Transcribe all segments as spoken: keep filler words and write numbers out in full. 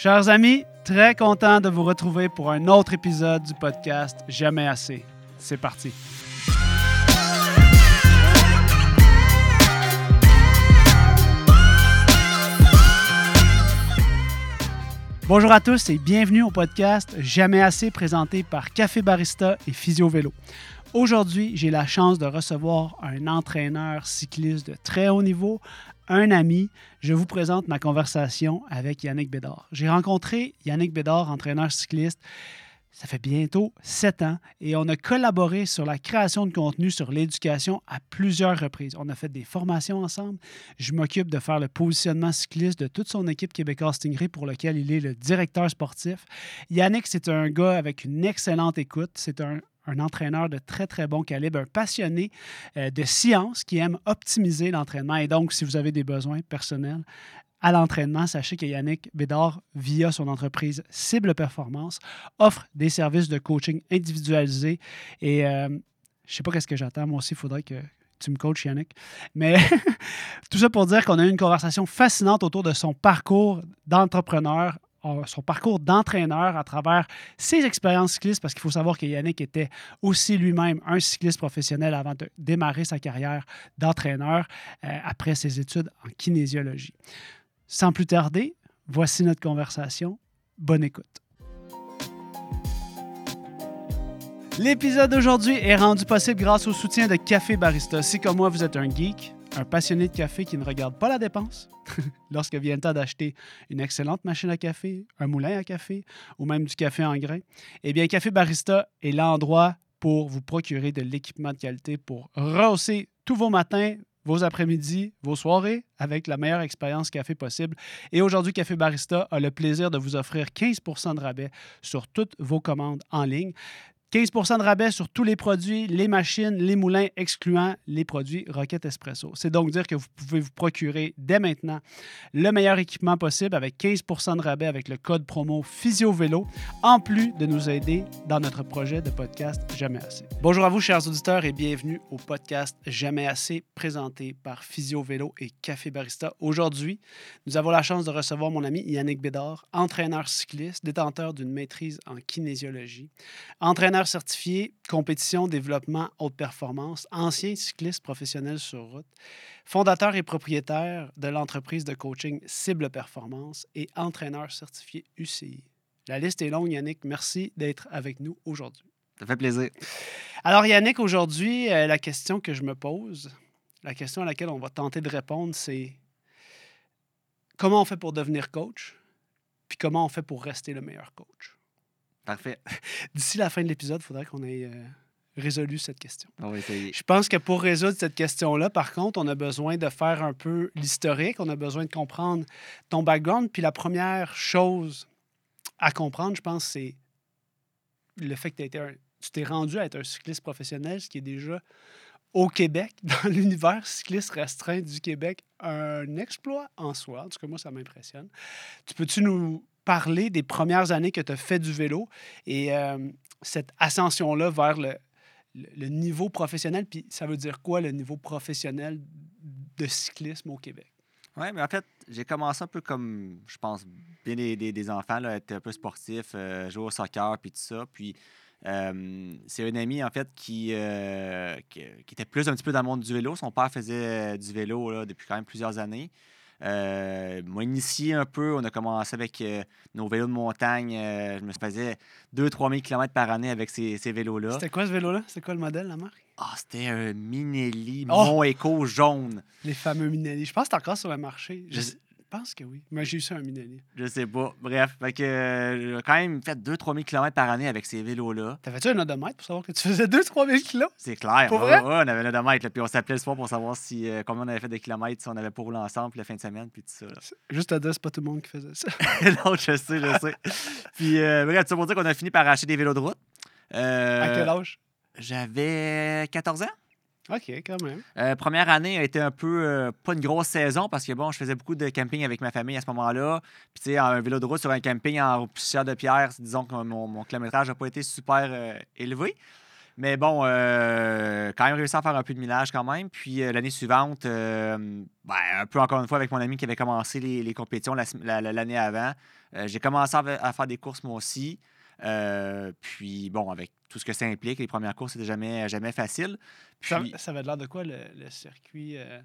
Chers amis, très content de vous retrouver pour un autre épisode du podcast Jamais assez. C'est parti. Bonjour à tous et bienvenue au podcast Jamais assez présenté par Café Barista et Physio Vélo. Aujourd'hui, j'ai la chance de recevoir un entraîneur cycliste de très haut niveau, un ami. Je vous présente ma conversation avec Yannick Bédard. J'ai rencontré Yannick Bédard, entraîneur cycliste, ça fait bientôt sept ans et on a collaboré sur la création de contenu sur l'éducation à plusieurs reprises. On a fait des formations ensemble. Je m'occupe de faire le positionnement cycliste de toute son équipe Québécois Stingray pour lequel il est le directeur sportif. Yannick, c'est un gars avec une excellente écoute. C'est un un entraîneur de très, très bon calibre, un passionné euh, de science qui aime optimiser l'entraînement. Et donc, si vous avez des besoins personnels à l'entraînement, sachez que Yannick Bédard, via son entreprise Cible Performance, offre des services de coaching individualisés. Et euh, je ne sais pas qu'est-ce que j'attends. Moi aussi, il faudrait que tu me coaches, Yannick. Mais tout ça pour dire qu'on a eu une conversation fascinante autour de son parcours d'entrepreneur, son parcours d'entraîneur à travers ses expériences cyclistes, parce qu'il faut savoir que Yannick était aussi lui-même un cycliste professionnel avant de démarrer sa carrière d'entraîneur euh, après ses études en kinésiologie. Sans plus tarder, voici notre conversation. Bonne écoute. L'épisode d'aujourd'hui est rendu possible grâce au soutien de Café Barista. Si comme moi, vous êtes un geek, un passionné de café qui ne regarde pas la dépense, lorsque vient le temps d'acheter une excellente machine à café, un moulin à café ou même du café en grains, eh bien, Café Barista est l'endroit pour vous procurer de l'équipement de qualité pour rehausser tous vos matins, vos après-midi, vos soirées avec la meilleure expérience café possible. Et aujourd'hui, Café Barista a le plaisir de vous offrir quinze pour cent de rabais sur toutes vos commandes en ligne. quinze pour cent de rabais sur tous les produits, les machines, les moulins, excluant les produits Rocket Espresso. C'est donc dire que vous pouvez vous procurer dès maintenant le meilleur équipement possible avec quinze pour cent de rabais avec le code promo PhysioVélo, en plus de nous aider dans notre projet de podcast Jamais assez. Bonjour à vous, chers auditeurs, et bienvenue au podcast Jamais assez, présenté par PhysioVélo et Café Barista. Aujourd'hui, nous avons la chance de recevoir mon ami Yannick Bédard, entraîneur cycliste, détenteur d'une maîtrise en kinésiologie, entraîneur certifié, compétition, développement, haute performance, ancien cycliste professionnel sur route, fondateur et propriétaire de l'entreprise de coaching Cible Performance et entraîneur certifié U C I. La liste est longue, Yannick. Merci d'être avec nous aujourd'hui. Ça fait plaisir. Alors, Yannick, aujourd'hui, euh, la question que je me pose, la question à laquelle on va tenter de répondre, c'est comment on fait pour devenir coach, puis comment on fait pour rester le meilleur coach? Parfait. D'ici la fin de l'épisode, il faudrait qu'on ait euh, résolu cette question. On va essayer. Je pense que pour résoudre cette question-là, par contre, on a besoin de faire un peu l'historique, on a besoin de comprendre ton background. Puis la première chose à comprendre, je pense, c'est le fait que t'as été un, tu t'es rendu à être un cycliste professionnel, ce qui est déjà au Québec, dans l'univers cycliste restreint du Québec, un exploit en soi. En tout cas, moi, ça m'impressionne. Tu peux-tu nous parler des premières années que tu as fait du vélo et euh, cette ascension-là vers le, le, le niveau professionnel? Puis ça veut dire quoi, le niveau professionnel de cyclisme au Québec? Oui, mais en fait, j'ai commencé un peu comme, je pense, bien des, des, des enfants, là, être un peu sportif, euh, jouer au soccer, puis tout ça. Puis euh, c'est un ami, en fait, qui, euh, qui, qui était plus un petit peu dans le monde du vélo. Son père faisait du vélo là, depuis quand même plusieurs années. Euh, m'a initié un peu. On a commencé avec euh, nos vélos de montagne. Euh, je me faisais deux à trois mille kilomètres par année avec ces, ces vélos-là. C'était quoi ce vélo-là? C'était quoi le modèle, la marque? Ah, oh, c'était un Minelli Oh! Mon Eco jaune. Les fameux Minelli. Je pense que c'est encore sur le marché. Je, Je... je pense que oui. Mais j'ai eu ça un Minelli. Je sais pas. Bref, fait que euh, j'ai quand même fait deux à trois mille kilomètres par année avec ces vélos-là. T'avais-tu un odomètre pour savoir que tu faisais deux à trois mille kilos? C'est clair. Pour ouais, vrai? ouais, on avait un odomètre. Là, puis on s'appelait le soir pour savoir si, euh, combien on avait fait de kilomètres, si on avait pas roulé ensemble, puis la fin de semaine, puis tout ça. Là. Juste à dire, c'est pas tout le monde qui faisait ça. Non, je sais, je sais. Puis euh, bref, ça pour dire qu'on a fini par acheter des vélos de route. Euh, À quel âge? J'avais quatorze ans. OK, quand même. Euh, première année a été un peu, euh, pas une grosse saison parce que bon, je faisais beaucoup de camping avec ma famille à ce moment-là. Puis tu sais, un vélo de route sur un camping en poussière de pierre, disons que mon, mon kilométrage n'a pas été super euh, élevé. Mais bon, euh, quand même réussi à faire un peu de millage quand même. Puis euh, l'année suivante, euh, ben, un peu encore une fois avec mon ami qui avait commencé les, les compétitions la- la- la- l'année avant, euh, j'ai commencé à, à faire des courses moi aussi. Euh, puis bon, avec tout ce que ça implique, les premières courses, c'était jamais, jamais facile. Ça, Puis, ça avait l'air de quoi le, le circuit euh,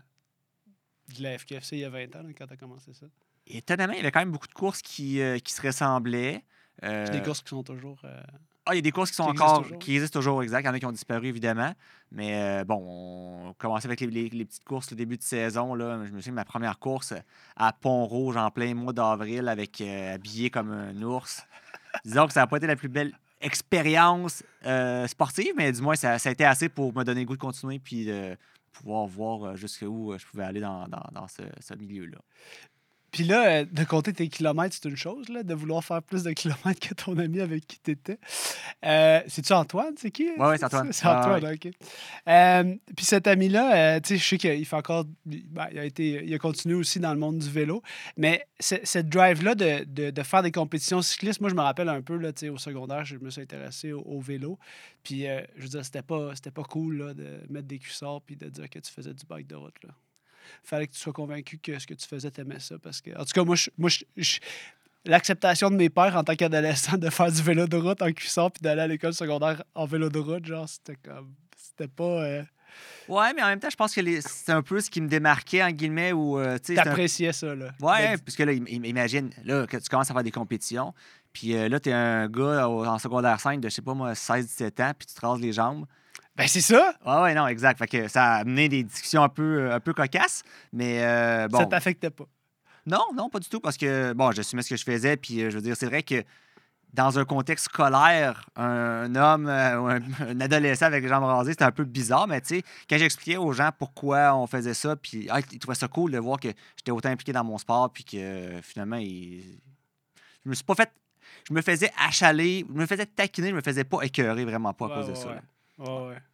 de la F K F C il y a vingt ans, là, quand tu as commencé ça? étonnamment, il y avait quand même beaucoup de courses qui, euh, qui se ressemblaient. Puis des Euh, courses qui sont toujours. euh, Ah, il y a des courses qui sont qui existent encore, toujours. qui existent toujours, exact. Il y en a qui ont disparu, évidemment. Mais euh, bon, on commençait avec les, les- les petites courses, le début de saison. Là. Je me souviens de ma première course à Pont-Rouge en plein mois d'avril, avec euh, habillé comme un ours. Disons que ça n'a pas été la plus belle expérience euh, sportive, mais du moins, ça, ça a été assez pour me donner le goût de continuer puis de pouvoir voir euh, jusqu'où euh, je pouvais aller dans, dans- dans ce, ce milieu-là. Puis là, euh, de compter tes kilomètres, c'est une chose, là, de vouloir faire plus de kilomètres que ton ami avec qui t'étais. Euh, C'est-tu Antoine? C'est qui? Ouais, ouais, c'est C'est Antoine. ça? C'est Ouais, Antoine, ouais. OK. Euh, puis cet ami-là, euh, tu sais, je sais qu'il fait encore... ben, il, a été, il a continué aussi dans le monde du vélo, mais ce- cette drive-là de, de, de faire des compétitions cyclistes, moi, je me rappelle un peu, là, tu sais, au secondaire, je me suis intéressé au, au vélo. Puis, euh, je veux dire, c'était pas, c'était pas cool, là, de mettre des cuissards puis de dire que tu faisais du bike de route, là. Fallait que tu sois convaincu que ce que tu faisais, t'aimais ça. Parce que, en tout cas, moi, je, moi je- je- l'acceptation de mes pères en tant qu'adolescent de faire du vélo de route en cuissard puis d'aller à l'école secondaire en vélo de route, genre, c'était comme. C'était pas. euh, Ouais, mais en même temps, je pense que les- c'est un peu ce qui me démarquait, en guillemets, où, euh, tu sais, c'est un T'appréciais ça, là. Ouais, De- parce que là, im- im- imagine, là, que tu commences à faire des compétitions, puis euh, là, t'es un gars au- en secondaire cinq de, je sais pas moi, seize dix-sept ans, puis tu te rases les jambes. Ben, c'est ça! Ouais, ouais, non, exact. Fait que ça a amené des discussions un peu, euh, un peu cocasses, mais euh, Ça bon, t'affectait pas. non, non, pas du tout, parce que, bon, j'assumais ce que je faisais, puis euh, je veux dire, c'est vrai que dans un contexte scolaire, un homme euh, ou un, un adolescent avec les jambes rasées, c'était un peu bizarre, mais tu sais, quand j'expliquais aux gens pourquoi on faisait ça, puis ah, ils trouvaient ça cool de voir que j'étais autant impliqué dans mon sport, puis que euh, finalement, ils- je me suis pas fait. Je me faisais achaler, je me faisais taquiner, je me faisais pas écœurer vraiment pas à Ouais, cause de ouais, ça. ouais. Là. Ouais, ouais.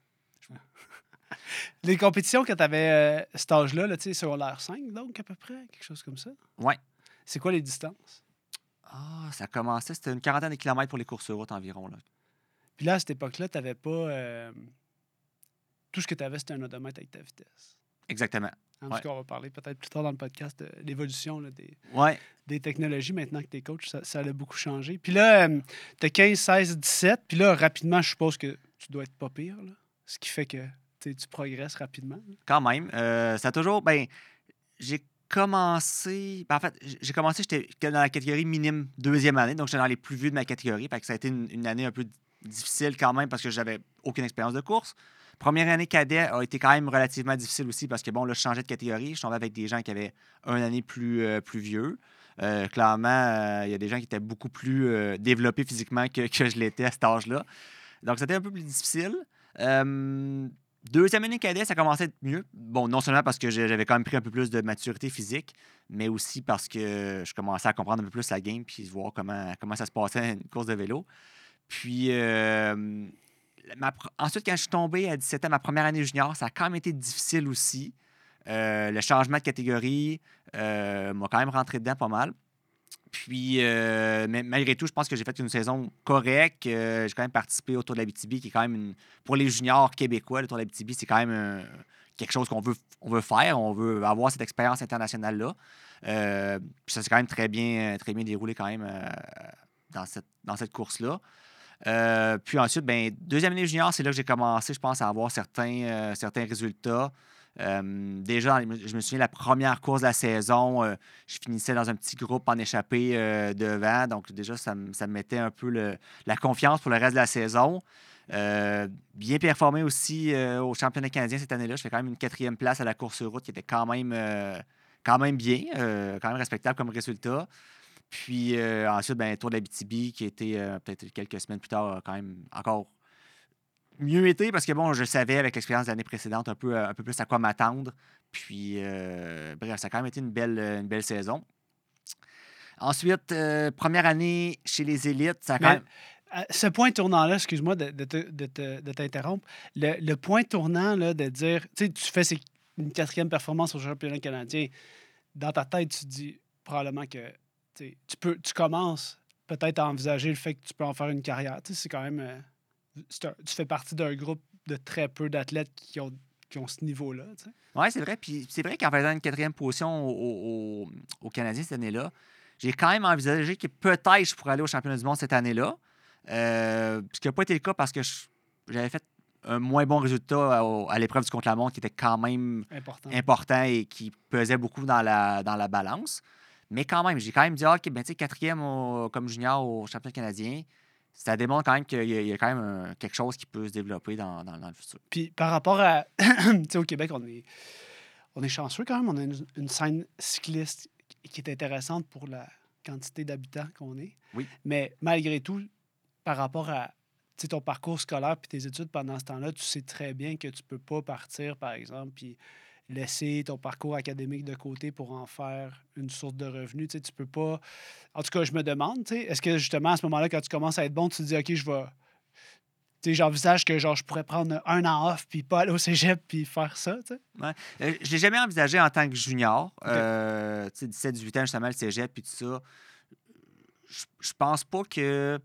Les compétitions que t'avais euh, cet âge-là, là, tu sais, secondaire cinq, donc, à peu près, quelque chose comme ça. Ouais. C'est quoi les distances? Ah, ça commençait, c'était une quarantaine de kilomètres pour les courses sur route environ. Là. Puis là, à cette époque-là, t'avais pas. euh, tout ce que t'avais, c'était un odomètre avec ta vitesse. Exactement. En Ouais. tout cas, on va parler peut-être plus tard dans le podcast de l'évolution là, des, Ouais. des technologies. Maintenant que tu es coach, ça, ça a beaucoup changé. Puis là, tu as quinze, seize, dix-sept. Puis là, rapidement, je suppose que tu dois être pas pire. Là. Ce qui fait que tu sais, tu progresses rapidement. là. Quand même. Euh, ça a toujours. Ben, j'ai commencé. Ben, en fait, j'ai commencé, j'étais dans la catégorie minime deuxième année, donc j'étais dans les plus vieux de ma catégorie. Fait que ça a été une, une année un peu difficile quand même parce que j'avais aucune expérience de course. Première année cadet a été quand même relativement difficile aussi parce que bon, là, je changeais de catégorie. Je tombais avec des gens qui avaient une année plus, euh, plus vieux. Euh, clairement, euh, il y a des gens qui étaient beaucoup plus euh, développés physiquement que, que je l'étais à cet âge-là. Donc, c'était un peu plus difficile. Euh, Deuxième année cadet, ça commençait à être mieux. Bon, non seulement parce que j'ai- j'avais quand même pris un peu plus de maturité physique, mais aussi parce que je commençais à comprendre un peu plus la game puis voir comment, comment ça se passait une course de vélo. Puis, euh, ma pr- ensuite, quand je suis tombé à dix-sept ans, ma première année junior, ça a quand même été difficile aussi. Euh, le changement de catégorie euh, m'a quand même rentré dedans pas mal. Puis, euh, mais malgré tout, je pense que j'ai fait une saison correcte. Euh, j'ai quand même participé au Tour de l'Abitibi, qui est quand même une... Pour les juniors québécois, le Tour de l'Abitibi, c'est quand même un- quelque chose qu'on veut, on veut faire. On veut avoir cette expérience internationale-là. Euh, puis ça s'est quand même très bien, très bien déroulé quand même euh, dans cette, dans cette course-là. Euh, puis ensuite, ben, deuxième année junior, c'est là que j'ai commencé, je pense, à avoir certains, euh, certains résultats. Euh, déjà, je me souviens, la première course de la saison, euh, je finissais dans un petit groupe en échappée euh, devant. Donc, déjà, ça, me- ça me mettait un peu le- la confiance pour le reste de la saison. Euh, bien performé aussi euh, au championnat canadien cette année-là. Je fais quand même une quatrième place à la course sur route qui était quand même, euh, quand même bien, euh, quand même respectable comme résultat. Puis euh, ensuite, ben, Tour de l'Abitibi qui était euh, peut-être quelques semaines plus tard, quand même encore mieux été parce que bon, je savais avec l'expérience de l'année précédente un peu, euh, un peu plus à quoi m'attendre. Puis, euh, bref, ça a quand même été une belle, une belle saison. Ensuite, euh, première année chez les élites, ça a quand Mais même. à ce point tournant-là, excuse-moi de, de te- de te- de t'interrompre, le, le point tournant là, de dire, tu sais, tu fais ces- une quatrième performance au championnat canadien, dans ta tête, tu te dis probablement que tu sais, tu peux, tu commences peut-être à envisager le fait que tu peux en faire une carrière. Tu sais, c'est quand même. euh, c'est un- tu fais partie d'un groupe de très peu d'athlètes qui ont, qui ont ce niveau-là. Tu sais. Oui, c'est vrai. Puis c'est vrai qu'en faisant une quatrième position au, au, au- au Canadien cette année-là, j'ai quand même envisagé que peut-être je pourrais aller au championnat du monde cette année-là. Euh, ce qui n'a pas été le cas parce que je- j'avais fait un moins bon résultat à, à l'épreuve du contre-la-montre qui était quand même Important. important et qui pesait beaucoup dans la, dans la balance. Mais quand même, j'ai quand même dit, ah, OK, ben, tu sais, quatrième au- comme junior au championnat canadien, ça démontre quand même qu'il y a, il y a quand même un- quelque chose qui peut se développer dans, dans- dans le futur. Puis par rapport à. Tu sais, au Québec, on est, on est chanceux quand même. On a une, une scène cycliste qui est intéressante pour la quantité d'habitants qu'on est. Oui. Mais malgré tout, par rapport à tu sais, ton parcours scolaire puis tes études pendant ce temps-là, tu sais très bien que tu peux pas partir, par exemple, puis laisser ton parcours académique de côté pour en faire une source de revenus. Tu sais, tu peux pas. En tout cas, je me demande, tu sais, est-ce que justement à ce moment-là, quand tu commences à être bon, tu te dis OK, je vais. Tu sais, j'envisage que genre je pourrais prendre un an off puis pas aller au cégep puis faire ça, tu sais. Ouais. Euh, je l'ai jamais envisagé en tant que junior. OK. Euh, tu sais, dix-sept dix-huit ans, justement, le cégep puis tout ça. Je, je pense pas que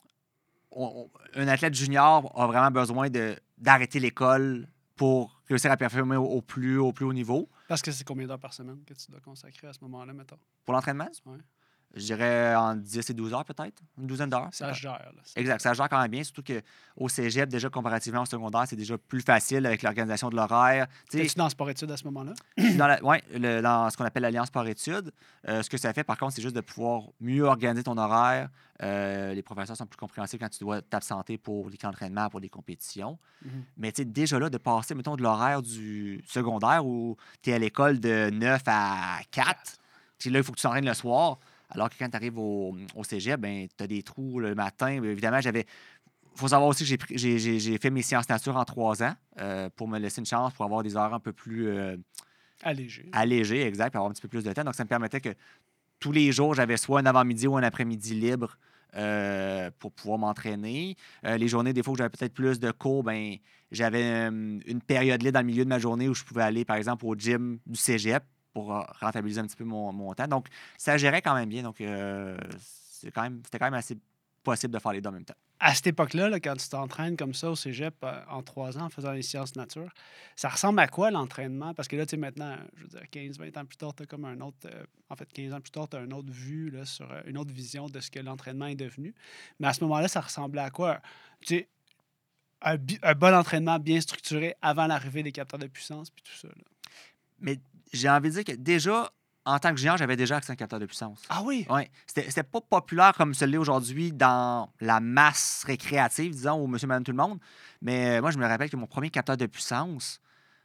on- on- un athlète junior a vraiment besoin de, d'arrêter l'école pour réussir à performer au, au plus, au plus haut niveau. Parce que c'est combien d'heures par semaine que tu dois consacrer à ce moment-là, mettons? Pour l'entraînement, Ouais. je dirais en dix et douze heures peut-être, une douzaine d'heures. Ça se gère, là. Ça- Exact, ça gère quand même bien, surtout qu'au cégep, déjà comparativement au secondaire, c'est déjà plus facile avec l'organisation de l'horaire. Tu sais, T'es-tu dans sport-études à ce moment-là? je suis dans, la- ouais, le- dans ce qu'on appelle l'Alliance sport-études. Euh, ce que ça fait, par contre, c'est juste de pouvoir mieux organiser ton horaire. Euh, les professeurs sont plus compréhensifs quand tu dois t'absenter pour les camps d'entraînement, pour les compétitions. Mhm. Mais tu sais, déjà là, de passer, mettons, de l'horaire du secondaire où tu es à l'école de neuf à quatre, puis là, il faut que tu t'entraînes le soir. Alors que quand tu arrives au, au cégep, ben, tu as des trous le matin. Bien, évidemment, j'avais. Il faut savoir aussi que j'ai pris- j'ai- j'ai- j'ai fait mes sciences nature en trois ans euh, pour me laisser une chance pour avoir des heures un peu plus euh, Allégé. allégées, exact, pour avoir un petit peu plus de temps. Donc, ça me permettait que tous les jours, j'avais soit un avant-midi ou un après-midi libre euh, pour pouvoir m'entraîner. Euh, les journées, des fois, où j'avais peut-être plus de cours, ben, j'avais euh, une période libre dans le milieu de ma journée où je pouvais aller, par exemple, au gym du cégep pour euh, rentabiliser un petit peu mon, mon temps. Donc, ça gérait quand même bien. Donc, euh, c'est quand même, c'était quand même assez possible de faire les deux en même temps. À cette époque-là, là, quand tu t'entraînes comme ça au cégep euh, en trois ans en faisant les sciences nature, ça ressemble à quoi l'entraînement? Parce que là, tu sais, maintenant, je veux dire, quinze vingt ans plus tard, tu as comme un autre. euh, en fait, quinze ans plus tard, tu as une autre vue là, sur euh, une autre vision de ce que l'entraînement est devenu. Mais à ce moment-là, ça ressemblait à quoi? Tu sais, un, bi- un bon entraînement bien structuré avant l'arrivée des capteurs de puissance puis tout ça. Là. Mais j'ai envie de dire que déjà, en tant que junior, j'avais déjà accès à un capteur de puissance. Ah oui? Oui. C'était, c'était pas populaire comme ce l'est aujourd'hui dans la masse récréative, disons, au monsieur, madame, tout le monde. Mais euh, moi, je me rappelle que mon premier capteur de puissance,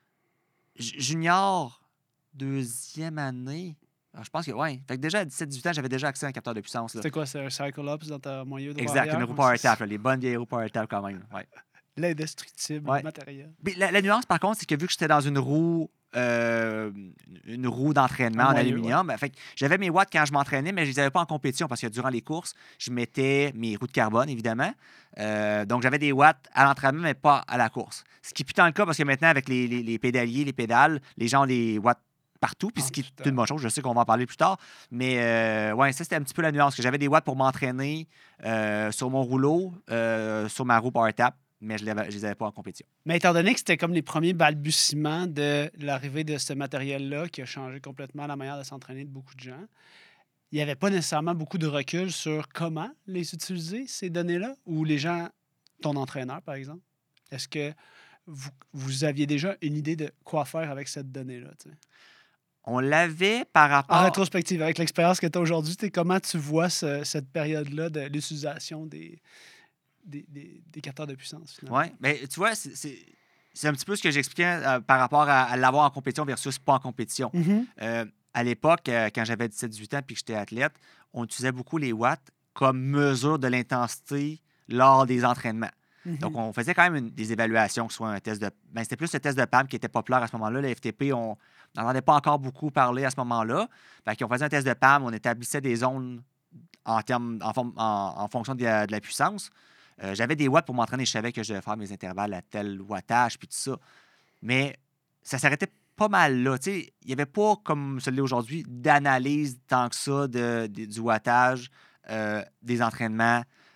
j- junior, deuxième année, alors, je pense que oui. Fait que déjà à dix-sept dix-huit ans, j'avais déjà accès à un capteur de puissance. Là. C'était quoi? C'est un cycle ups dans ta moyenne de Exact, une barrière? roue power tap, là, les bonnes vieilles roues power tap quand même. Ouais. L'indestructible Ouais. matériel. Mais la, la nuance, par contre, c'est que vu que j'étais dans une roue, euh, une roue d'entraînement En en moyeu, aluminium, ben, fait que j'avais mes watts quand je m'entraînais, mais je les avais pas en compétition parce que durant les courses, je mettais mes roues de carbone, évidemment. Euh, donc, j'avais des watts à l'entraînement, mais pas à la course. Ce qui est plus tant le cas parce que maintenant, avec les, les- les pédaliers, les pédales, les gens ont des watts partout, puis En ce qui tout est temps. une bonne chose. Je sais qu'on va en parler plus tard. Mais euh, ouais, ça, c'était un petit peu la nuance, que j'avais des watts pour m'entraîner euh, sur mon rouleau, euh, sur ma roue Power Tap, mais je ne les avais pas en compétition. Mais étant donné que c'était comme les premiers balbutiements de l'arrivée de ce matériel-là qui a changé complètement la manière de s'entraîner de beaucoup de gens, il n'y avait pas nécessairement beaucoup de recul sur comment les utiliser, ces données-là, ou les gens, ton entraîneur par exemple. Est-ce que vous, vous aviez déjà une idée de quoi faire avec cette donnée-là? Tu sais? On l'avait par rapport... En rétrospective, avec l'expérience que tu as aujourd'hui, tu sais, comment tu vois ce- cette période-là de l'utilisation des, des, des, des capteurs de puissance, finalement? Oui, mais tu vois, c'est- c'est c'est un petit peu ce que j'expliquais euh, par rapport à, à l'avoir en compétition versus pas en compétition. Mhm. Euh, à l'époque, euh, quand j'avais dix-sept dix-huit ans et que j'étais athlète, on utilisait beaucoup les watts comme mesure de l'intensité lors des entraînements. Mhm. Donc, on faisait quand même une- des évaluations, que ce soit un test de... Ben, c'était plus le test de P A M qui était populaire à ce moment-là. Le F T P, on n'entendait pas encore beaucoup parler à ce moment-là. Fait qu'on faisait un test de P A M, on établissait des zones en, termes, en, forme- en- en fonction de la, de la puissance. Euh, j'avais des watts pour m'entraîner. Je savais que je devais faire mes intervalles à tel wattage, puis tout ça. Mais ça s'arrêtait pas mal là. Tu sais, il n'y avait pas, comme celui aujourd'hui, d'analyse tant que ça de, de- du wattage, euh, des entraînements.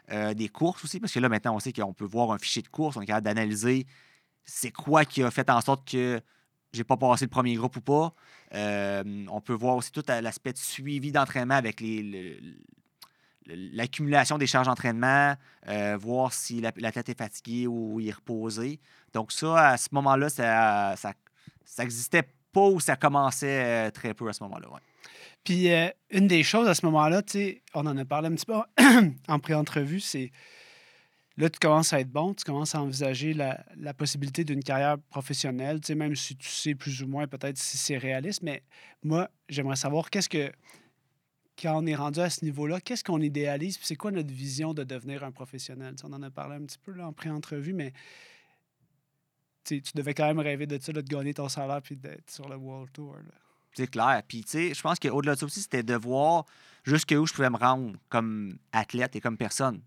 euh, des courses aussi, parce que là, maintenant, on sait qu'on peut voir un fichier de course, on est capable d'analyser c'est quoi qui a fait en sorte que j'ai pas passé le premier groupe ou pas. Euh, on peut voir aussi tout l'aspect de suivi d'entraînement avec les, le- le- l'accumulation des charges d'entraînement, euh, voir si la- l'athlète est fatigué ou il est reposé. Donc ça, à ce moment-là, ça, ça, ça existait pas ou ça commençait euh, très peu à ce moment-là. Ouais. Puis, euh, une des choses à ce moment-là, tu sais, on en a parlé un petit peu en pré-entrevue, c'est là, tu commences à être bon, tu commences à envisager la, la possibilité d'une carrière professionnelle, tu sais, même si tu sais plus ou moins peut-être si c'est réaliste. Mais moi, j'aimerais savoir qu'est-ce que, quand on est rendu à ce niveau-là, qu'est-ce qu'on idéalise, puis c'est quoi notre vision de devenir un professionnel? Tu sais, on en a parlé un petit peu là, en pré-entrevue, mais tu sais, tu devais quand même rêver de ça, là, de gagner ton salaire puis d'être sur le World Tour. Là. C'est clair. Puis, tu sais, je pense qu'au-delà de ça aussi, c'était de voir jusqu'où je pouvais me rendre comme athlète et comme personne.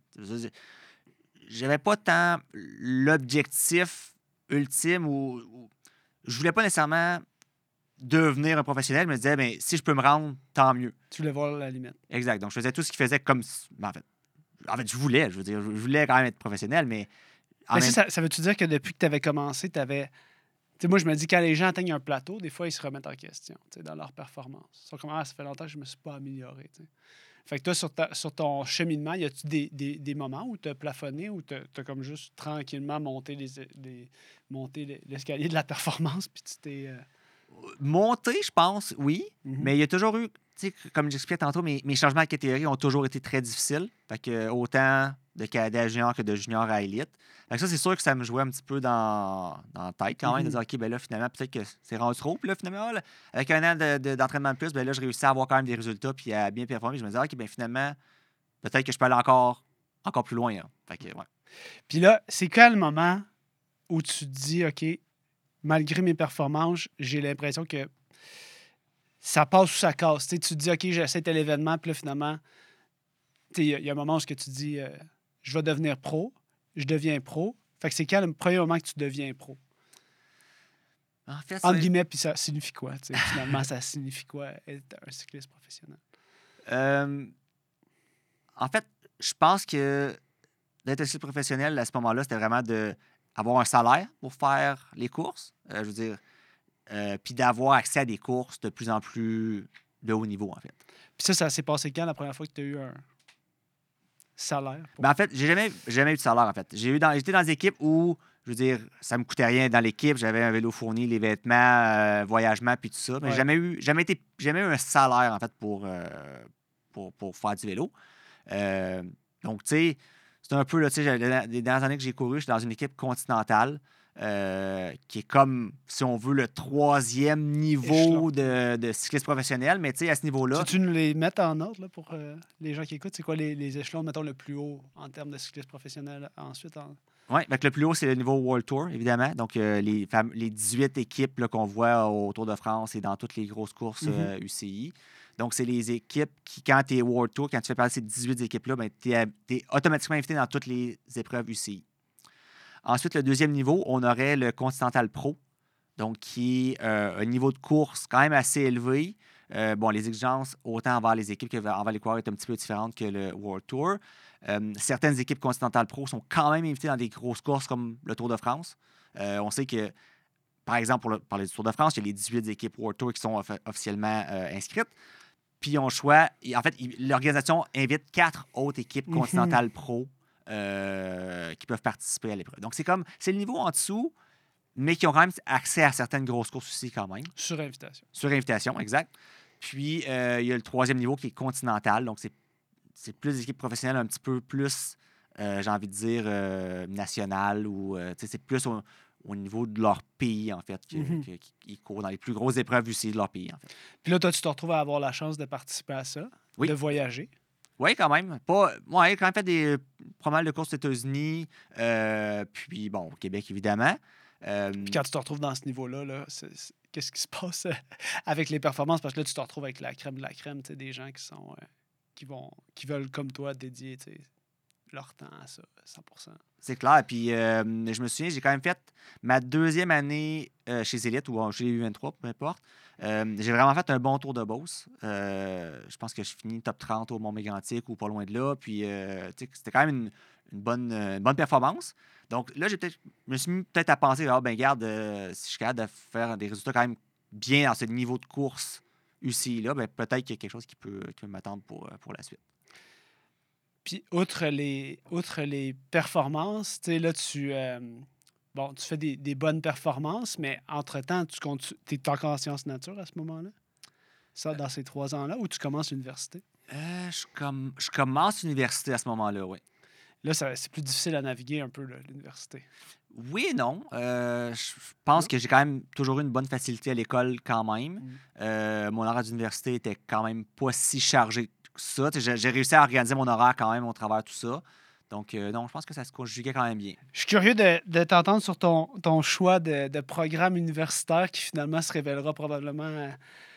J'avais pas tant l'objectif ultime ou, ou- je voulais pas nécessairement devenir un professionnel. Je me disais, ben, si je peux me rendre, tant mieux. Tu voulais voir la limite. Exact. Donc, je faisais tout ce qu'il faisait comme. si- ben, en fait, en fait, je voulais, je veux dire, je voulais quand même être professionnel, mais en Mais même ça, ça, ça veut-tu dire que depuis que tu avais commencé, tu avais. Tu sais, moi, je me dis, quand les gens atteignent un plateau, des fois, ils se remettent en question tu sais, dans leur performance. Ils sont comme, ah, ça fait longtemps que je ne me suis pas amélioré. Tu sais. Fait que toi, sur, ta- sur ton cheminement, y a-tu des, des, des moments où tu as plafonné, où tu as comme juste tranquillement monté, les, les- monté les- l'escalier de la performance, puis tu t'es. euh, monter, je pense, oui, mhm. mais il y a toujours eu, tu sais, comme j'expliquais tantôt, mes, mes changements de catégorie ont toujours été très difficiles. Fait que euh, autant de cadet à junior que de junior à élite. Fait que ça, c'est sûr que ça me jouait un petit peu dans, dans la tête quand même, de Mhm. dire, OK, ben là, finalement, peut-être que c'est rendu trop. Puis là, finalement, ah, là, avec un an de- de- d'entraînement de plus, ben là, je réussis à avoir quand même des résultats puis à bien performer. Je me disais, OK, ben finalement, peut-être que je peux aller encore, encore plus loin. Hein. Fait que, ouais. Puis là, c'est quand le moment où tu te dis, OK, malgré mes performances, j'ai l'impression que ça passe ou ça casse. Tu sais, tu te dis, OK, j'essaie tel événement, puis là, finalement, tu sais, il y, a- il y a un moment où ce que tu dis, euh, je vais devenir pro, je deviens pro. Fait que c'est quand le premier moment que tu deviens pro? En fait, Entre c'est- guillemets, puis ça signifie quoi? tu sais, Finalement, ça signifie quoi être un cycliste professionnel? euh, en fait, je pense que d'être aussi professionnel à ce moment-là, c'était vraiment de avoir un salaire pour faire les courses. Euh, je veux dire, euh, puis d'avoir accès à des courses de plus en plus de haut niveau, en fait. Puis ça, ça s'est passé quand la première fois que tu as eu un salaire? Pour... Ben, en fait, j'ai jamais, jamais eu de salaire, en fait. J'ai eu dans, j'étais dans des équipes où, je veux dire, ça me coûtait rien dans l'équipe. J'avais un vélo fourni, les vêtements, euh, voyagement, puis tout ça. Mais Ouais. j'ai jamais eu, jamais été, jamais eu un salaire, en fait, pour, euh, pour, pour faire du vélo. Euh, donc, tu sais, c'est un peu, là, tu sais, j'ai- les dernières années que j'ai couru, je suis dans une équipe continentale euh, qui est comme, si on veut, le troisième niveau Échelon. de, de cycliste professionnel. Mais tu sais, à ce niveau-là, Tu nous les mettre en ordre là, pour euh, les gens qui écoutent? C'est quoi les, les échelons, mettons, le plus haut en termes de cycliste professionnel? Ensuite, en... oui, le plus haut, c'est le niveau World Tour, évidemment. Donc, euh, les, fam- les dix-huit équipes là, qu'on voit au Tour de France et dans toutes les grosses courses Mhm. euh, U C I. Donc, c'est les équipes qui, quand tu es World Tour, quand tu fais partie de ces dix-huit équipes-là, ben, tu es automatiquement invité dans toutes les épreuves U C I. Ensuite, le deuxième niveau, on aurait le Continental Pro, donc qui est euh, un niveau de course quand même assez élevé. Euh, bon, les exigences, autant envers les équipes qu'envers les coureurs, est un petit peu différentes que le World Tour. Euh, certaines équipes Continental Pro sont quand même invitées dans des grosses courses comme le Tour de France. Euh, on sait que, par exemple, pour le, parler du Tour de France, il y a les dix-huit équipes World Tour qui sont off- officiellement euh, inscrites. Puis, on choisit, et en fait, il- l'organisation invite quatre autres équipes Mhm. Continental Pro euh, qui peuvent participer à l'épreuve. Donc, c'est comme, c'est le niveau en dessous, mais qui ont quand même accès à certaines grosses courses aussi quand même. Sur invitation. Sur invitation, exact. Puis, euh, il y a le troisième niveau qui est continental. Donc, c'est, c'est plus des équipes professionnelles un petit peu plus, euh, j'ai envie de dire, euh, nationales ou, euh, tu sais, c'est plus au, au niveau de leur pays, en fait, que- Mhm. que- qu'ils courent dans les plus grosses épreuves aussi de leur pays, en fait. Puis là, toi, tu te retrouves à avoir la chance de participer à ça, Oui. de voyager. Oui, quand même. Pas, ouais, quand même fait des, pas mal de courses aux États-Unis, euh, puis, bon, au Québec, évidemment. Euh, Puis quand tu te retrouves dans ce niveau-là, là, c'est- c'est- qu'est-ce qui se passe euh, avec les performances? Parce que là, tu te retrouves avec la crème de la crème, tu sais, des gens qui sont euh, qui vont qui veulent, comme toi, dédier tu sais, leur temps à ça, cent pour cent. C'est clair. Puis euh, je me souviens, j'ai quand même fait ma deuxième année euh, chez Elite ou chez les U vingt-trois, peu importe. Euh, j'ai vraiment fait un bon tour de Beauce. Euh, je pense que je finis top trente au Mont-Mégantic ou pas loin de là. Puis euh, c'était quand même une, une, bonne, une bonne performance. Donc là, j'ai peut-être, je me suis mis peut-être à penser, ah ben garde, euh, si je suis capable de faire des résultats quand même bien dans ce niveau de course U C I-là, ben, peut-être qu'il y a quelque chose qui peut, qui peut m'attendre pour, pour la suite. Puis, outre les, outre les performances, tu sais, là, tu, euh, bon, tu fais des, des bonnes performances, mais entre-temps, tu es encore en sciences nature à ce moment-là? Ça, dans ces trois ans-là, ou tu commences l'université? Euh, je, com- je commence l'université à ce moment-là, oui. Là, ça, c'est plus difficile à naviguer un peu, là, l'université. Oui et non. Euh, je pense non? que j'ai quand même toujours eu une bonne facilité à l'école quand même. Mm. Euh, mon horaire d'université était quand même pas si chargé que ça. J'ai, j'ai réussi à organiser mon horaire quand même au travers de tout ça. Donc, euh, non, je pense que ça se conjuguait quand même bien. Je suis curieux de, de t'entendre sur ton, ton choix de, de programme universitaire qui finalement se révélera probablement euh,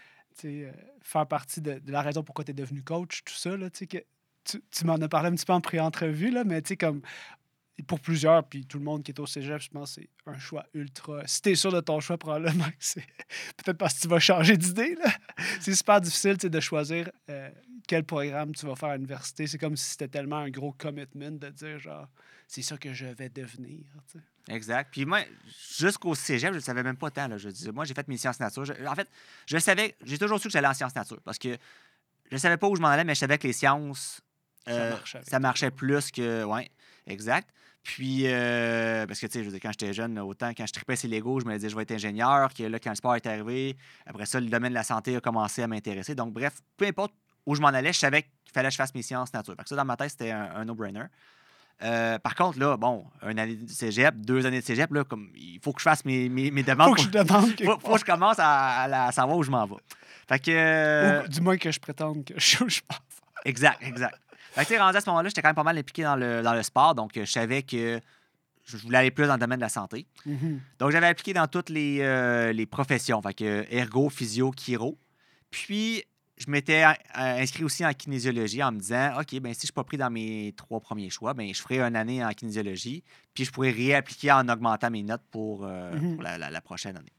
euh, faire partie de, de la raison pourquoi tu es devenu coach, tout ça. Là, que tu, tu m'en as parlé un petit peu en pré-entrevue, là, mais tu sais, comme pour plusieurs, puis tout le monde qui est au cégep, je pense que c'est un choix ultra... Si t'es sûr de ton choix, probablement que c'est peut-être parce que tu vas changer d'idée. Là. C'est super difficile de choisir euh, quel programme tu vas faire à l'université. C'est comme si c'était tellement un gros commitment de dire, genre, c'est ça que je vais devenir. T'sais. Exact. Puis moi, jusqu'au cégep, je ne savais même pas tant. Là, je disais, moi, j'ai fait mes sciences nature. Je, en fait, je savais, j'ai toujours su que j'allais en sciences nature parce que je ne savais pas où je m'en allais, mais je savais que les sciences, euh, ça marchait, ça marchait plus que... Ouais, exact. Puis, euh, parce que, tu sais, je veux dire, quand j'étais jeune, autant quand je tripais ces Legos, je me disais, je vais être ingénieur, que là, quand le sport est arrivé, après ça, le domaine de la santé a commencé à m'intéresser. Donc, bref, peu importe où je m'en allais, je savais qu'il fallait que je fasse mes sciences nature. Fait que ça, dans ma tête, c'était un, un no-brainer. Euh, par contre, là, bon, une année de cégep, deux années de cégep, là, comme, il faut que je fasse mes, mes, mes demandes. Faut que je demande. Il faut, faut que je commence à, à, à savoir où je m'en vais. Fait que... Euh... Ou du moins que je prétende que je, je pense. Exact, exact. Fait que, rendu à ce moment-là, j'étais quand même pas mal impliqué dans le, dans le sport, donc je savais que je voulais aller plus dans le domaine de la santé. Mm-hmm. Donc, j'avais appliqué dans toutes les, euh, les professions, fait que ergo, physio, chiro. Puis, je m'étais inscrit aussi en kinésiologie en me disant, OK, ben si je ne suis pas pris dans mes trois premiers choix, ben je ferai une année en kinésiologie, puis je pourrais réappliquer en augmentant mes notes pour, euh, mm-hmm. pour la, la, la prochaine année.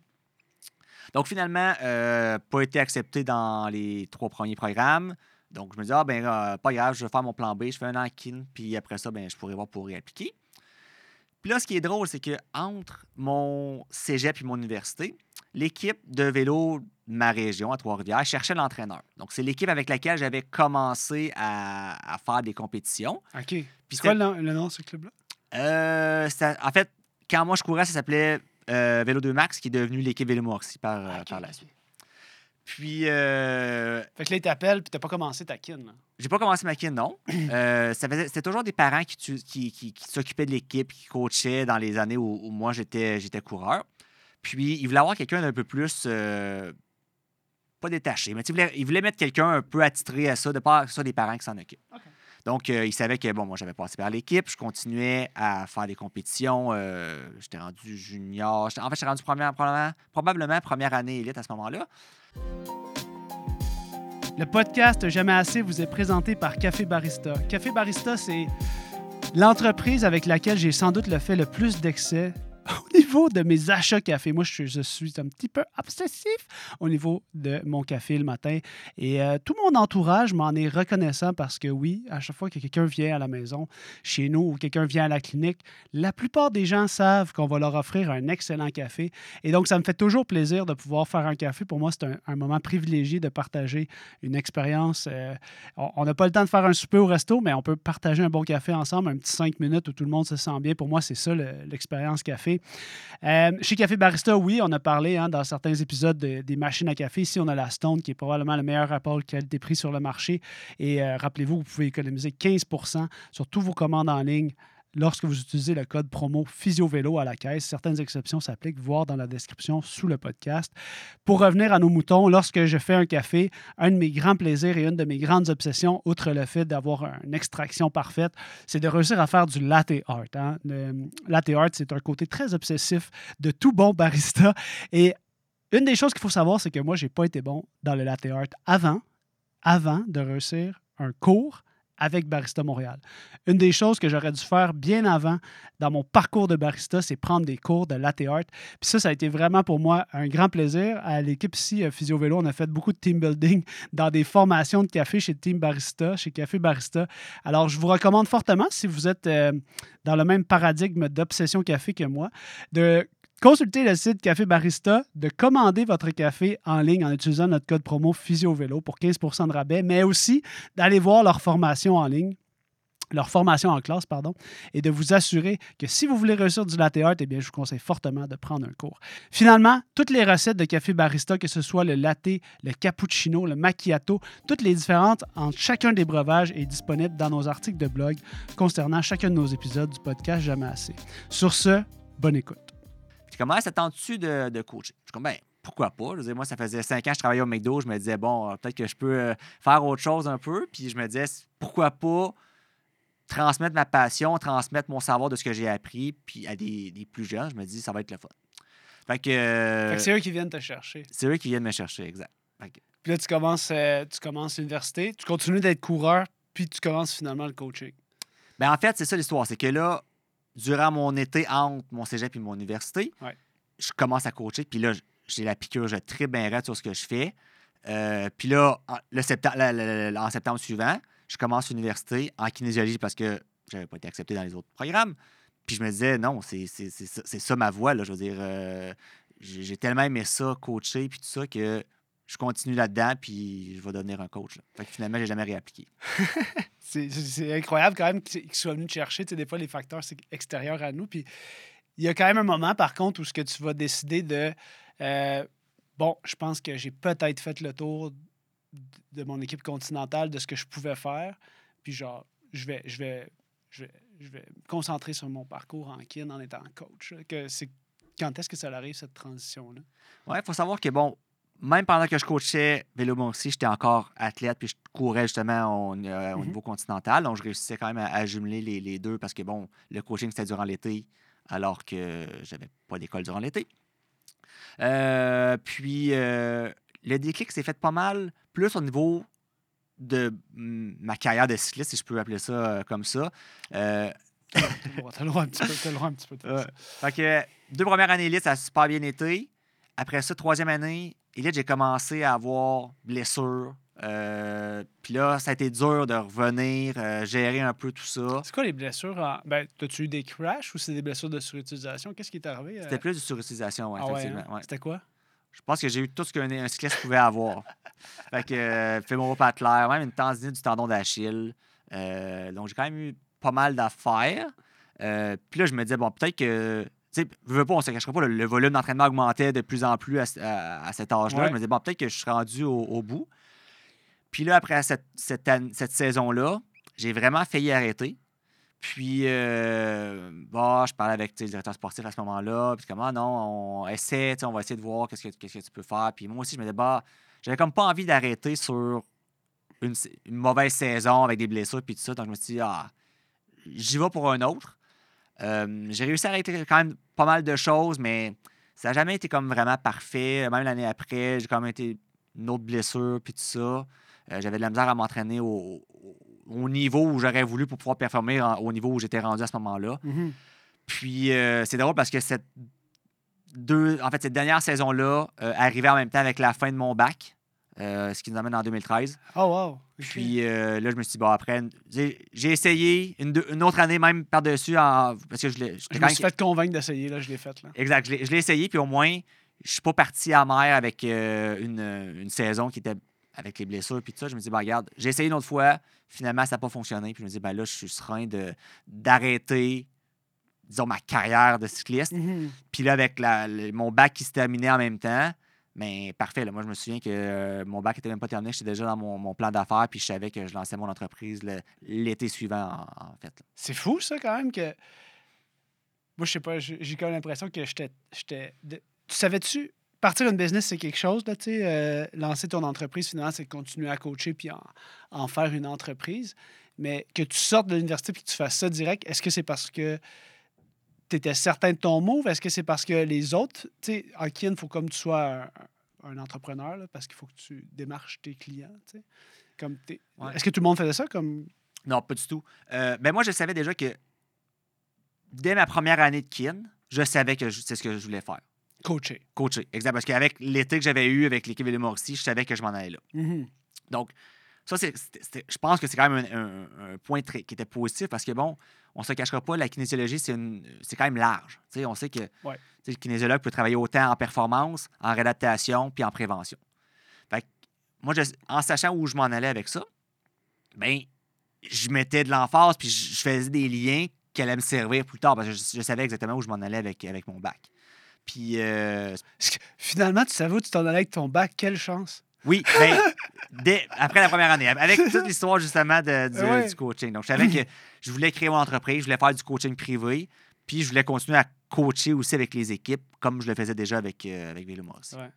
Donc, finalement, euh, pas été accepté dans les trois premiers programmes. Donc, je me dis, ah, ben, euh, pas grave, je vais faire mon plan B, je fais un an en kin, puis après ça, ben, je pourrais voir pour réappliquer. Puis là, ce qui est drôle, c'est qu'entre mon cégep et mon université, l'équipe de vélo de ma région, à Trois-Rivières, cherchait l'entraîneur. Donc, c'est l'équipe avec laquelle j'avais commencé à, à faire des compétitions. OK. Puis c'est quoi le, le nom de ce club-là? Euh, en fait, quand moi, je courais, ça s'appelait euh, Vélo deux Max, qui est devenu l'équipe Vélo Morcy par, ah, okay, par la suite. Puis. Euh... Fait que là, ils t'appellent, puis t'as pas commencé ta kin. Là. J'ai pas commencé ma kin, non. euh, ça faisait, c'était toujours des parents qui, qui, qui, qui s'occupaient de l'équipe, qui coachaient dans les années où, où moi, j'étais, j'étais coureur. Puis, ils voulaient avoir quelqu'un d'un peu plus. Euh... Pas détaché, mais ils voulaient, ils voulaient mettre quelqu'un un peu attitré à ça, de pas que ce soit des parents qui s'en occupent. Okay. Donc, euh, ils savaient que, bon, moi, j'avais passé par l'équipe. Je continuais à faire des compétitions. Euh, j'étais rendu junior. J'étais, en fait, j'étais rendu première, probablement, probablement première année élite à ce moment-là. Le podcast Jamais assez vous est présenté par Café Barista. Café Barista, c'est l'entreprise avec laquelle j'ai sans doute le fait le plus d'excès au niveau de mes achats café. Moi, je, je suis un petit peu obsessif au niveau de mon café le matin. Et euh, tout mon entourage m'en est reconnaissant parce que oui, à chaque fois que quelqu'un vient à la maison, chez nous, ou quelqu'un vient à la clinique, la plupart des gens savent qu'on va leur offrir un excellent café. Et donc, ça me fait toujours plaisir de pouvoir faire un café. Pour moi, c'est un, un moment privilégié de partager une expérience. Euh, on n'a pas le temps de faire un souper au resto, mais on peut partager un bon café ensemble, un petit cinq minutes où tout le monde se sent bien. Pour moi, c'est ça le, l'expérience café. Euh, chez Café Barista, oui, on a parlé hein, dans certains épisodes de, des machines à café. Ici, on a la Stone, qui est probablement le meilleur rapport qualité-prix sur le marché. Et euh, rappelez-vous, vous pouvez économiser quinze pour cent sur tous vos commandes en ligne lorsque vous utilisez le code promo PhysioVélo à la caisse. Certaines exceptions s'appliquent, voir dans la description sous le podcast. Pour revenir à nos moutons, lorsque je fais un café, un de mes grands plaisirs et une de mes grandes obsessions, outre le fait d'avoir une extraction parfaite, c'est de réussir à faire du latte art. Hein. Le latte art, c'est un côté très obsessif de tout bon barista. Et une des choses qu'il faut savoir, c'est que moi, je n'ai pas été bon dans le latte art avant, avant de réussir un cours avec Barista Montréal. Une des choses que j'aurais dû faire bien avant dans mon parcours de barista, c'est prendre des cours de latte art. Puis ça, ça a été vraiment pour moi un grand plaisir. À l'équipe ici, Physio Vélo, on a fait beaucoup de team building dans des formations de café chez Team Barista, chez Café Barista. Alors, je vous recommande fortement, si vous êtes euh, dans le même paradigme d'obsession café que moi, de consultez le site Café Barista, de commander votre café en ligne en utilisant notre code promo PhysioVélo pour quinze pour cent de rabais, mais aussi d'aller voir leur formation en ligne, leur formation en classe, pardon, et de vous assurer que si vous voulez réussir du latte art, eh bien, je vous conseille fortement de prendre un cours. Finalement, toutes les recettes de Café Barista, que ce soit le latte, le cappuccino, le macchiato, toutes les différentes entre chacun des breuvages est disponible dans nos articles de blog concernant chacun de nos épisodes du podcast Jamais assez. Sur ce, bonne écoute. Puis comment t'attends-tu de, de coacher? Je suis comme, ben, pourquoi pas? Je veux dire, moi, ça faisait cinq ans que je travaillais au McDo. Je me disais, bon, euh, peut-être que je peux euh, faire autre chose un peu. Puis je me disais, pourquoi pas transmettre ma passion, transmettre mon savoir de ce que j'ai appris, puis à des, des plus jeunes, je me dis, ça va être le fun. Fait que, euh, fait que c'est eux qui viennent te chercher. C'est eux qui viennent me chercher, exact. Fait que, puis là, tu commences, euh, tu commences l'université, tu continues d'être coureur, puis tu commences finalement le coaching. Ben en fait, c'est ça l'histoire. C'est que là, durant mon été entre mon cégep et mon université, ouais. je commence à coacher. Puis là, j'ai la piqûre, je tripe bien raide sur ce que je fais. Euh, puis là, en, le septembre, le, le, le, en septembre suivant, je commence l'université en kinésiologie parce que je n'avais pas été accepté dans les autres programmes. Puis je me disais, non, c'est, c'est, c'est, ça, c'est ça ma voie. Là. Je veux dire, euh, j'ai, j'ai tellement aimé ça, coacher, puis tout ça, que je continue là-dedans, puis je vais devenir un coach. Là. Fait que finalement, je n'ai jamais réappliqué. c'est, c'est incroyable quand même qu'ils soient venus te chercher. Tu sais, des fois, les facteurs, c'est extérieur à nous. Puis il y a quand même un moment, par contre, où ce que tu vas décider de... Euh, bon, je pense que j'ai peut-être fait le tour de mon équipe continentale, de ce que je pouvais faire. Puis genre, je vais, je vais, je vais, je vais me concentrer sur mon parcours en kin en étant coach. Que c'est, quand est-ce que ça arrive, cette transition-là? Oui, il faut savoir que, bon, même pendant que je coachais Vélo Montmorency, j'étais encore athlète, puis je courais justement au, euh, mm-hmm. au niveau continental. Donc, je réussissais quand même à, à jumeler les, les deux parce que, bon, le coaching, c'était durant l'été, alors que j'avais pas d'école durant l'été. Euh, puis, euh, le déclic s'est fait pas mal plus au niveau de mm, ma carrière de cycliste, si je peux appeler ça euh, comme ça. Euh... T'as le droit un petit peu, t'as le droit un petit peu de faire ça. Fait que deux premières années élite, ça a super bien été. Après ça, troisième année, élite, j'ai commencé à avoir blessures. Euh, puis là, ça a été dur de revenir, euh, gérer un peu tout ça. C'est quoi les blessures? En... Ben, as-tu eu des crashs ou c'est des blessures de surutilisation? Qu'est-ce qui est arrivé? C'était plus de surutilisation, oui, ah effectivement. Ouais, hein? Ouais. C'était quoi? Je pense que j'ai eu tout ce qu'un un cycliste pouvait avoir. Fait que euh, fémoro patelaire, même une tendinite du tendon d'Achille. Euh, donc, j'ai quand même eu pas mal d'affaires. Euh, puis là, je me disais, bon, peut-être que... Tu sais, je veux pas, on ne se cachera pas, le, le volume d'entraînement augmentait de plus en plus à, à, à cet âge-là. Ouais. Je me disais, bon, peut-être que je suis rendu au, au bout. Puis là, après cette, cette, cette saison-là, j'ai vraiment failli arrêter. Puis, euh, bon, je parlais avec le directeur sportif à ce moment-là. Puis, comment, non, on essaie, on va essayer de voir qu'est-ce que, qu'est-ce que tu peux faire. Puis, moi aussi, je me disais, bah, j'avais comme pas envie d'arrêter sur une, une mauvaise saison avec des blessures. Puis, tout ça. Donc, je me suis dit, ah, j'y vais pour un autre. Euh, j'ai réussi à arrêter quand même pas mal de choses, mais ça n'a jamais été comme vraiment parfait. Même l'année après, j'ai quand même été une autre blessure. Puis, tout ça. Euh, j'avais de la misère à m'entraîner au. au au niveau où j'aurais voulu pour pouvoir performer en, au niveau où j'étais rendu à ce moment-là. Mm-hmm. Puis, euh, c'est drôle parce que cette, deux, en fait, cette dernière saison-là euh, arrivait en même temps avec la fin de mon bac, euh, ce qui nous amène en deux mille treize. Oh, wow! Okay. Puis euh, là, je me suis dit, bon, après, j'ai, j'ai essayé une, deux, une autre année même par-dessus. En, parce que je l'ai, je me suis fait convaincre d'essayer, là, je l'ai fait. Là. Exact, je l'ai, je l'ai essayé, puis au moins, je suis pas parti à mer avec euh, une, une saison qui était avec les blessures, puis tout ça. Je me dis, ben, regarde, j'ai essayé une autre fois, finalement, ça n'a pas fonctionné. Puis je me dis, ben là, je suis serein de, d'arrêter, disons, ma carrière de cycliste. Mm-hmm. Puis là, avec la, le, mon bac qui se terminait en même temps, mais parfait. Là, moi, je me souviens que euh, mon bac n'était même pas terminé. J'étais déjà dans mon, mon plan d'affaires, puis je savais que je lançais mon entreprise le, l'été suivant, en, en fait. Là. C'est fou, ça, quand même, que... Moi, je sais pas, j'ai, j'ai quand même l'impression que j'étais... j'étais de... Tu savais-tu... Partir une business, c'est quelque chose. Là, euh, lancer ton entreprise, finalement, c'est de continuer à coacher puis en, en faire une entreprise. Mais que tu sortes de l'université et que tu fasses ça direct, est-ce que c'est parce que tu étais certain de ton move? Est-ce que c'est parce que les autres... En kin, il faut comme tu sois un, un entrepreneur là, parce qu'il faut que tu démarches tes clients. Comme ouais. Est-ce que tout le monde faisait ça? Comme... Non, pas du tout. Euh, ben moi, je savais déjà que dès ma première année de kin, je savais que je- c'est ce que je voulais faire. Coacher. Coacher, exact. Parce qu'avec l'été que j'avais eu avec l'équipe de Mauricie, je savais que je m'en allais là. Mhm. Donc, ça, c'est, c'était- c'était- je pense que c'est quand même un, un- un point très- qui était positif parce que, bon, on ne se cachera pas, la kinésiologie, c'est, une- c'est quand même large. Tu sais, on sait que Ouais. tu sais, le kinésiologue peut travailler autant en performance, en réadaptation, puis en prévention. Fait que, moi, je- en sachant où je m'en allais avec ça, ben, je mettais de l'emphase, puis je, je faisais des liens qui allaient me servir plus tard parce que je, je savais exactement où je m'en allais avec, avec mon bac. Puis, euh, Parce que, finalement, tu savais où tu t'en allais avec ton bac. Quelle chance. oui, ben, dès, après la première année, avec toute l'histoire justement de- du, Ouais. du coaching. Donc, je savais que je voulais créer mon entreprise, je voulais faire du coaching privé, puis je voulais continuer à coacher aussi avec les équipes, comme je le faisais déjà avec, euh, avec Vélo Mauricie. Ouais.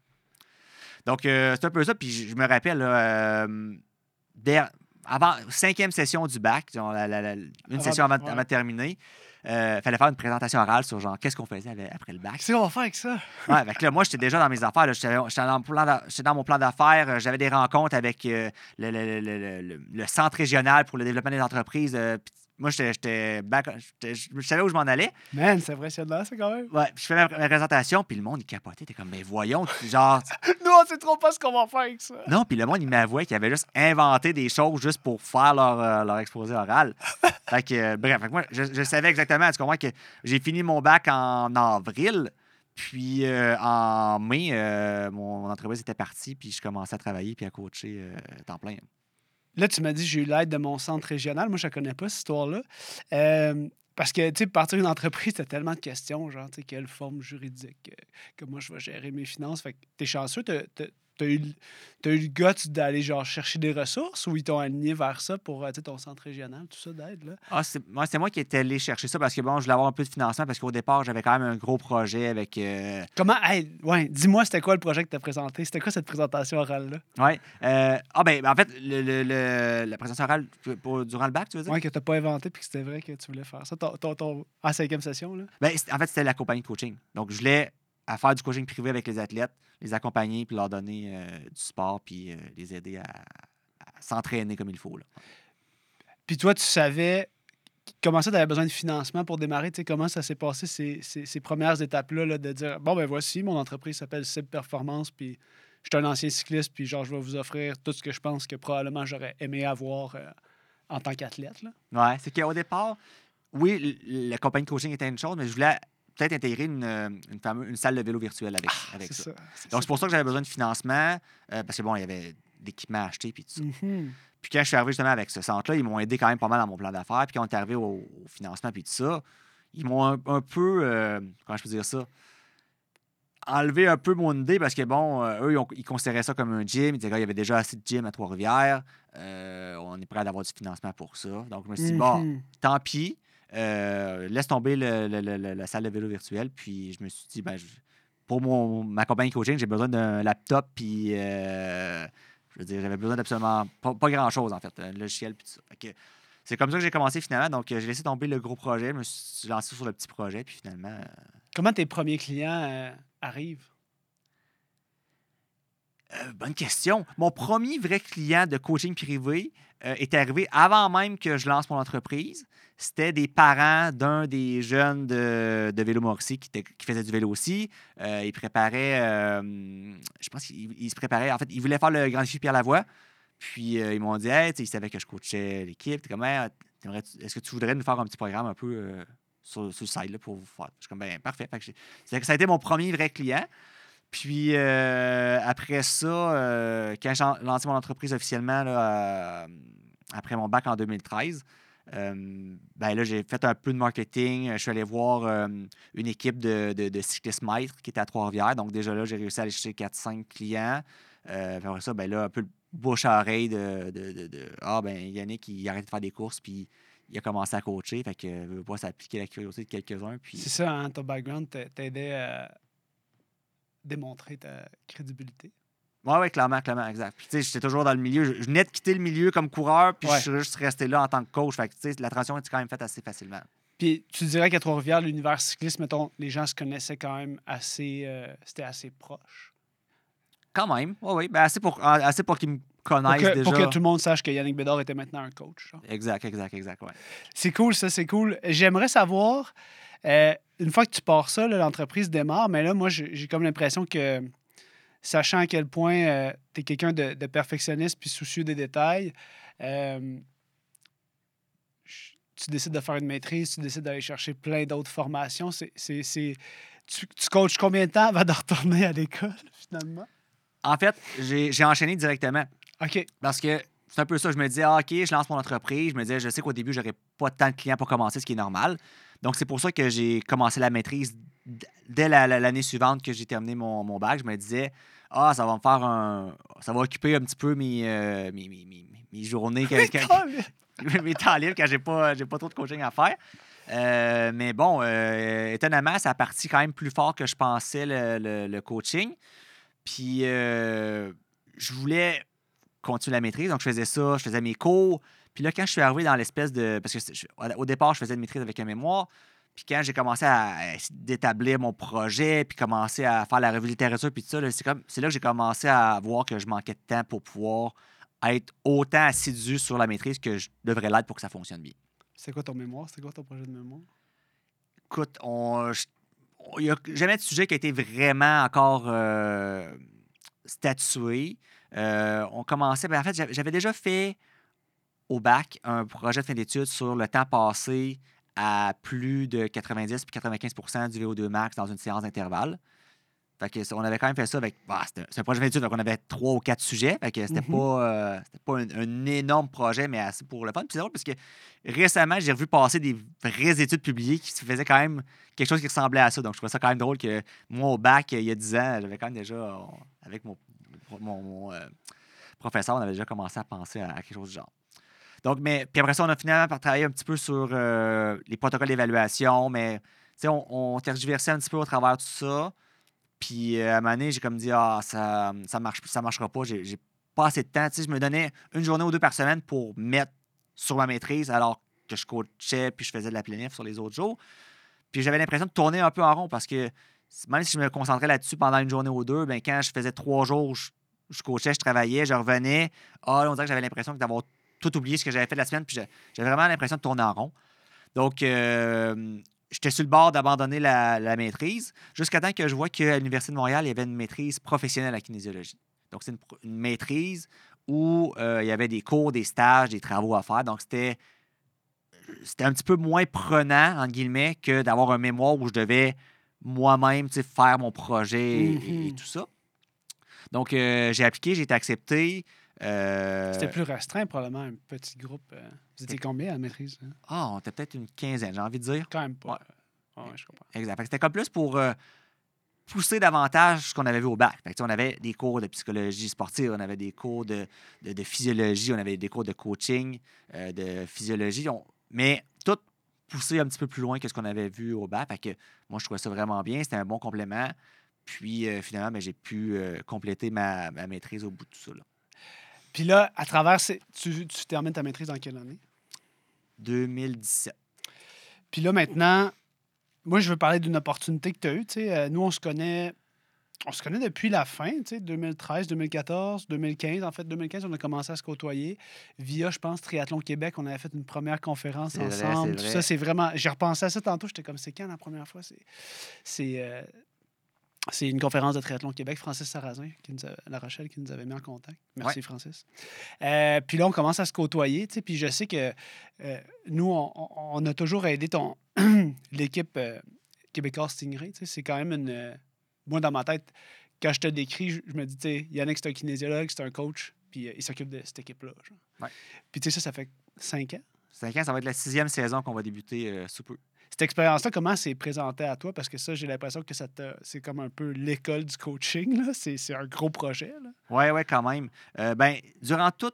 Donc, euh, c'est un peu ça. Puis, je, je me rappelle, là, euh, dès- avant cinquième session du bac, genre, la- la- la- une Avant- session avant, ouais. avant de terminer, il fallait faire une présentation orale sur genre qu'est-ce qu'on faisait avec- après le bac. Qu'est-ce qu'on va faire avec ça? Ouais, fait que là, moi, j'étais déjà dans mes affaires. là. J'étais j'étais dans, mon plan d'a- j'étais dans mon plan d'affaires. euh, J'avais des rencontres avec euh, le, le- le- le- le- le Centre régional pour le développement des entreprises. euh, puis moi, j'étais j'étais back- j'étais- je je savais où je m'en allais. Man, c'est impressionnant, ça, quand même. Ouais, puis je fais ma, ma présentation, puis le monde, il capotait. T'es comme, mais voyons, tu- genre... Nous, on sait trop pas ce qu'on va faire avec ça. Non, puis le monde, il m'avouait qu'ils avaient juste inventé des choses juste pour faire leur, euh, leur exposé oral. Fait que, euh, bref, fait que moi, je, je savais exactement. Tu comprends que j'ai fini mon bac en avril, puis euh, en mai, euh, mon, mon entreprise était partie, puis je commençais à travailler puis à coacher euh, temps plein. Là, tu m'as dit j'ai eu l'aide de mon centre régional. Moi, je ne connais pas, cette histoire-là. Euh, parce que, tu sais, partir d'une entreprise, tu as tellement de questions, genre, tu sais, quelle forme juridique, euh, comment je vais gérer mes finances. Fait que tu es chanceux, tu as eu, t'as eu le guts d'aller, genre, chercher des ressources ou ils t'ont aligné vers ça pour, euh, tu sais, ton centre régional, tout ça, d'aide, là? Ah, c'est moi, c'est moi qui étais allé chercher ça parce que, bon, je voulais avoir un peu de financement parce qu'au départ, j'avais quand même un gros projet avec... euh, Comment, hey, ouais, dis-moi, c'était quoi le projet que tu as présenté? C'était quoi cette présentation orale-là? Ouais. Euh, ah, ben, en fait, le, le- le- la présentation orale pour- durant le bac, tu veux dire? Ouais, que tu n'as pas inventé puis que c'était vrai que tu voulais faire ça. Ton, ton, ton- en cinquième session, là? Ben, c'est- en fait, c'était la compagnie de coaching. Donc, je voulais à faire du coaching privé avec les athlètes, les accompagner, puis leur donner euh, du support, puis euh, les aider à, à s'entraîner comme il faut. Là. Puis toi, tu savais comment ça, tu avais besoin de financement pour démarrer? Tu sais, comment ça s'est passé, ces, ces, ces premières étapes-là, là, de dire, bon, ben voici, mon entreprise s'appelle Cible Performance, puis je suis un ancien cycliste, puis genre, je vais vous offrir tout ce que je pense que probablement j'aurais aimé avoir euh, en tant qu'athlète, là. Ouais, c'est qu'au départ, oui, l- la compagnie de coaching était une chose, mais je voulais peut-être intégrer une, euh, une, fameuse, une salle de vélo virtuelle avec, avec C'est ça. ça. c'est Donc, ça. c'est pour ça que j'avais besoin de financement, euh, parce que, bon, il y avait d'équipements à acheter, puis tout ça. Mhm. Puis quand je suis arrivé justement avec ce centre-là, ils m'ont aidé quand même pas mal dans mon plan d'affaires. Puis quand on est arrivé au, au financement puis tout ça, ils m'ont un, un peu, euh, comment je peux dire ça, enlevé un peu mon idée parce que, bon, euh, eux, ils, ont- ils considéraient ça comme un gym. Ils disaient qu'il y avait déjà assez de gym à Trois-Rivières. Euh, on est prêt à avoir du financement pour ça. Donc, je me suis dit, bon, Mhm. tant pis, euh, laisse tomber le- le- le- le- la salle de vélo virtuelle. Puis je me suis dit, ben, je- pour mon, ma compagnie coaching, j'ai besoin d'un laptop. Puis, euh, je veux dire, j'avais besoin d'absolument pas, pas grand-chose, en fait, un logiciel. Puis tout ça. Fait que c'est comme ça que j'ai commencé finalement. Donc, euh, j'ai laissé tomber le gros projet. Je me suis lancé sur le petit projet. Puis finalement, euh, Comment tes premiers clients euh, arrivent? Euh, bonne question. Mon premier vrai client de coaching privé euh, est arrivé avant même que je lance mon entreprise. C'était des parents d'un des jeunes de, de Vélo Mauricie qui, était- qui faisait du vélo aussi. Euh, ils préparaient, euh, je pense qu'ils ils se préparaient, en fait, ils voulaient faire le Grand Défi Pierre Lavoie. Puis euh, ils m'ont dit, hey, tu sais, ils savaient que je coachais l'équipe. T'es comme, Hey, t'aimerais-tu- est-ce que tu voudrais nous faire un petit programme un peu euh, sur, sur le site là, pour vous faire? Je suis comme, ben parfait. Fait que j'ai- c'est- ça a été mon premier vrai client. Puis euh, après ça, euh, quand j'ai lancé mon entreprise officiellement, là, euh, après mon bac en deux mille treize, euh, ben là, j'ai fait un peu de marketing. Je suis allé voir euh, une équipe de, de, de cyclistes maîtres qui était à Trois-Rivières. Donc déjà là, j'ai réussi à aller chercher quatre cinq clients. Euh, puis après ça, ben là, un peu le bouche à oreille de, de, de, de Ah, ben Yannick, il arrête de faire des courses, puis il a commencé à coacher. Fait que, euh, pas, ça a piqué la curiosité de quelques-uns. Puis... C'est ça, hein, ton background t'a- t'aidait à démontrer ta crédibilité. Oui, oui, clairement, clairement, exact. Puis, tu sais, j'étais toujours dans le milieu. Je, je venais de quitter le milieu comme coureur, puis Ouais. je suis juste resté là en tant que coach. Fait que, tu sais, la transition était quand même faite assez facilement. Puis tu dirais qu'à Trois-Rivières, l'univers cycliste, mettons, les gens se connaissaient quand même assez... euh, c'était assez proche. Quand même, oui, oui. Ben, assez pour, assez pour qu'ils me connaissent pour que, déjà. Pour que tout le monde sache que Yannick Bédard était maintenant un coach. Genre. Exact, exact, exact, ouais. C'est cool, ça, c'est cool. J'aimerais savoir, euh, une fois que tu pars ça, là, l'entreprise démarre, mais là, moi, j'ai, j'ai comme l'impression que, sachant à quel point euh, tu es quelqu'un de, de perfectionniste puis soucieux des détails, euh, tu décides de faire une maîtrise, tu décides d'aller chercher plein d'autres formations. C'est, c'est, c'est... Tu, tu coaches combien de temps avant de retourner à l'école, finalement? En fait, j'ai, j'ai enchaîné directement. OK. Parce que c'est un peu ça. Je me disais, ah, OK, je lance mon entreprise. Je me disais, je sais qu'au début, j'aurais pas tant de clients pour commencer, ce qui est normal. Donc, c'est pour ça que j'ai commencé la maîtrise d- dès la- la- l'année suivante que j'ai terminé mon, mon bac. Je me disais, ah, ça va me faire un. Ça va occuper un petit peu mes, euh, mes, mes, mes- mes journées, que- que- mes temps libres quand j'ai pas, j'ai pas trop de coaching à faire. Euh, mais bon, euh, étonnamment, ça a parti quand même plus fort que je pensais le, le- le coaching. Puis, euh, je voulais continuer la maîtrise. Donc, je faisais ça, je faisais mes cours. Puis là, quand je suis arrivé dans l'espèce de. Parce que c'est- je- au départ, je faisais une maîtrise avec un mémoire. Puis quand j'ai commencé à essayer d'établir mon projet, puis commencer à faire la revue de littérature, puis tout ça, là, c'est, comme, c'est là que j'ai commencé à voir que je manquais de temps pour pouvoir être autant assidu sur la maîtrise que je devrais l'être pour que ça fonctionne bien. C'est quoi ton mémoire? C'est quoi ton projet de mémoire? Écoute, on, je- on- il n'y a jamais de sujet qui a été vraiment encore euh, statué. Euh, on commençait. Ben, en fait, j'avais j'avais déjà fait au bac un projet de fin d'études sur le temps passé à plus de quatre-vingt-dix puis quatre-vingt-quinze pour cent du V O deux max dans une séance d'intervalle. Fait que, ça- on avait quand même fait ça avec. Bah, c'était, c'est un projet de fin d'études, donc on avait trois ou quatre sujets. Fait que c'était Mhm. pas, euh, c'était pas un, un énorme projet, mais assez pour le fun. Puis c'est drôle parce que récemment, j'ai revu passer des vraies études publiées qui faisaient quand même quelque chose qui ressemblait à ça. Donc je trouvais ça quand même drôle que moi, au bac, il y a dix ans, j'avais quand même déjà, euh, avec mon, mon, mon, euh, professeur, on avait déjà commencé à penser à, à quelque chose du genre. Donc, mais puis après ça, on a finalement par travailler un petit peu sur euh, les protocoles d'évaluation, mais tu sais, on, on tergiversait un petit peu au travers de tout ça. Puis euh, à un moment donné, j'ai comme dit, ah, ça ça marche, ça marchera pas, j'ai, j'ai pas assez de temps. Tu sais, je me donnais une journée ou deux par semaine pour mettre sur ma maîtrise alors que je coachais puis je faisais de la planif sur les autres jours. Puis j'avais l'impression de tourner un peu en rond parce que même si je me concentrais là-dessus pendant une journée ou deux, ben quand je faisais trois jours, je, je coachais, je travaillais, je revenais. Ah, là, on dirait que j'avais l'impression d'avoir tout oublié ce que j'avais fait la semaine, puis j'ai- j'avais vraiment l'impression de tourner en rond. Donc, euh, j'étais sur le bord d'abandonner la, la maîtrise jusqu'à temps que je vois qu'à l'Université de Montréal, il y avait une maîtrise professionnelle en kinésiologie. Donc, c'est une, pro- une maîtrise où euh, il y avait des cours, des stages, des travaux à faire. Donc, c'était, c'était un petit peu moins prenant, entre guillemets, que d'avoir un mémoire où je devais moi-même tu sais, faire mon projet et, et Mhm. tout ça. Donc, euh, j'ai appliqué, j'ai été accepté. Euh, C'était plus restreint, probablement, un petit groupe. euh. Vous étiez c'était- combien à la maîtrise? Hein? Ah, on était peut-être une quinzaine, j'ai envie de dire. Quand même pas. Ouais. Ah ouais, je comprends. Exact. Fait que c'était comme plus pour euh, pousser davantage ce qu'on avait vu au bac. Fait que, tu sais, on avait des cours de psychologie sportive, on avait des cours de, de, de physiologie, on avait des cours de coaching, euh, de physiologie. On- mais tout poussé un petit peu plus loin que ce qu'on avait vu au bac. Fait que moi, je trouvais ça vraiment bien. C'était un bon complément. Puis euh, finalement, ben, j'ai pu euh, compléter ma, ma maîtrise au bout de tout ça. Là. Puis là, à travers ces... tu, tu termines ta maîtrise dans quelle année? deux mille dix-sept. Puis là, maintenant, moi, je veux parler d'une opportunité que tu as eue. Tu sais, euh, nous, on se connaît. On se connaît depuis la fin, tu sais, deux mille treize, deux mille quatorze, deux mille quinze. En fait, deux mille quinze, on a commencé à se côtoyer via, je pense, Triathlon Québec. On avait fait une première conférence C'est vrai, ensemble. c'est Tout vrai. ça, c'est vraiment... J'ai repensé à ça tantôt. J'étais comme, c'est quand la première fois? C'est... C'est... euh, C'est une conférence de Triathlon Québec, Francis Sarrazin, qui nous a- La Rochelle, qui nous avait mis en contact. Merci, Ouais. Francis. Euh, puis là, on commence à se côtoyer, tu sais, puis je sais que euh, nous, on, on- on a toujours aidé ton l'équipe euh, québécoise Stingray. Tu sais, c'est quand même une... euh, moi, dans ma tête, quand je te décris, je, je me dis, tu sais, Yannick, c'est un kinésiologue, c'est un coach, puis euh, il s'occupe de cette équipe-là. genre. Ouais. Puis tu sais, ça, ça fait cinq ans. Cinq ans, ça va être la sixième saison qu'on va débuter euh, sous peu. Cette expérience-là, comment c'est présenté à toi? Parce que ça, j'ai l'impression que ça te- c'est comme un peu l'école du coaching. Là. C'est, c'est un gros projet. Là. Oui, oui, quand même. Euh, ben, durant toutes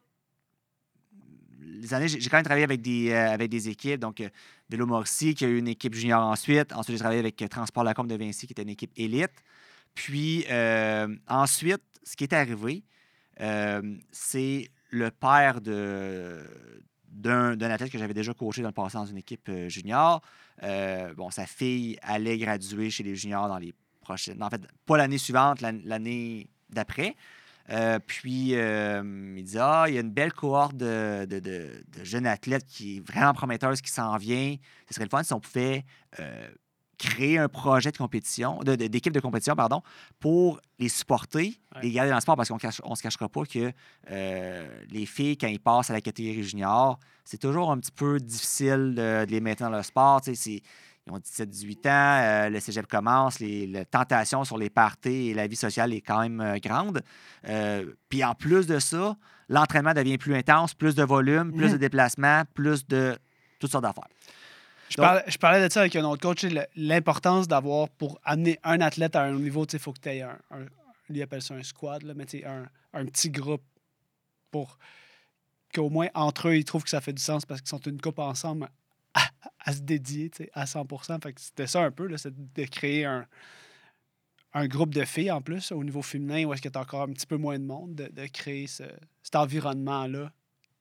les années, j'ai j'ai quand même travaillé avec des, euh, avec des équipes. Donc, euh, Vélo Morcy, qui a eu une équipe junior ensuite. Ensuite, j'ai travaillé avec euh, Transport Lacombe de Vinci, qui était une équipe élite. Puis, euh, ensuite, ce qui est arrivé, euh, c'est le père de, d'un, d'un athlète que j'avais déjà coaché dans le passé dans une équipe euh, junior. Euh, bon, sa fille allait graduer chez les juniors dans les prochaines. En fait, pas l'année suivante, l'an- l'année d'après. Euh, puis, euh, il dit, ah, il y a une belle cohorte de, de, de, de jeunes athlètes qui est vraiment prometteuse, qui s'en vient. Ce serait le fun si on pouvait euh, créer un projet de compétition, de, de, d'équipe de compétition, pardon, pour les supporter, ouais. les garder dans le sport, parce qu'on ne se cachera pas que euh, les filles, quand ils passent à la catégorie junior, c'est toujours un petit peu difficile de, de les mettre dans le sport. Tu sais, c'est... Ils ont dix-sept dix-huit ans, euh, le cégep commence, les, la tentation sur les parties et la vie sociale est quand même euh, grande. Euh, Puis en plus de ça, l'entraînement devient plus intense, plus de volume, plus mmh. de déplacements, plus de toutes sortes d'affaires. Je, Donc, parlais, je parlais de ça avec un autre coach, l'importance d'avoir, pour amener un athlète à un niveau, il faut que tu aies un, un, lui appelle ça un squad, là, mais un, un petit groupe pour qu'au moins entre eux, ils trouvent que ça fait du sens parce qu'ils sont une couple ensemble à, à se dédier à cent pour cent. Fait que c'était ça un peu, là, c'est de créer un, un groupe de filles en plus au niveau féminin où est-ce qu'il y a encore un petit peu moins de monde, de, de créer ce, cet environnement-là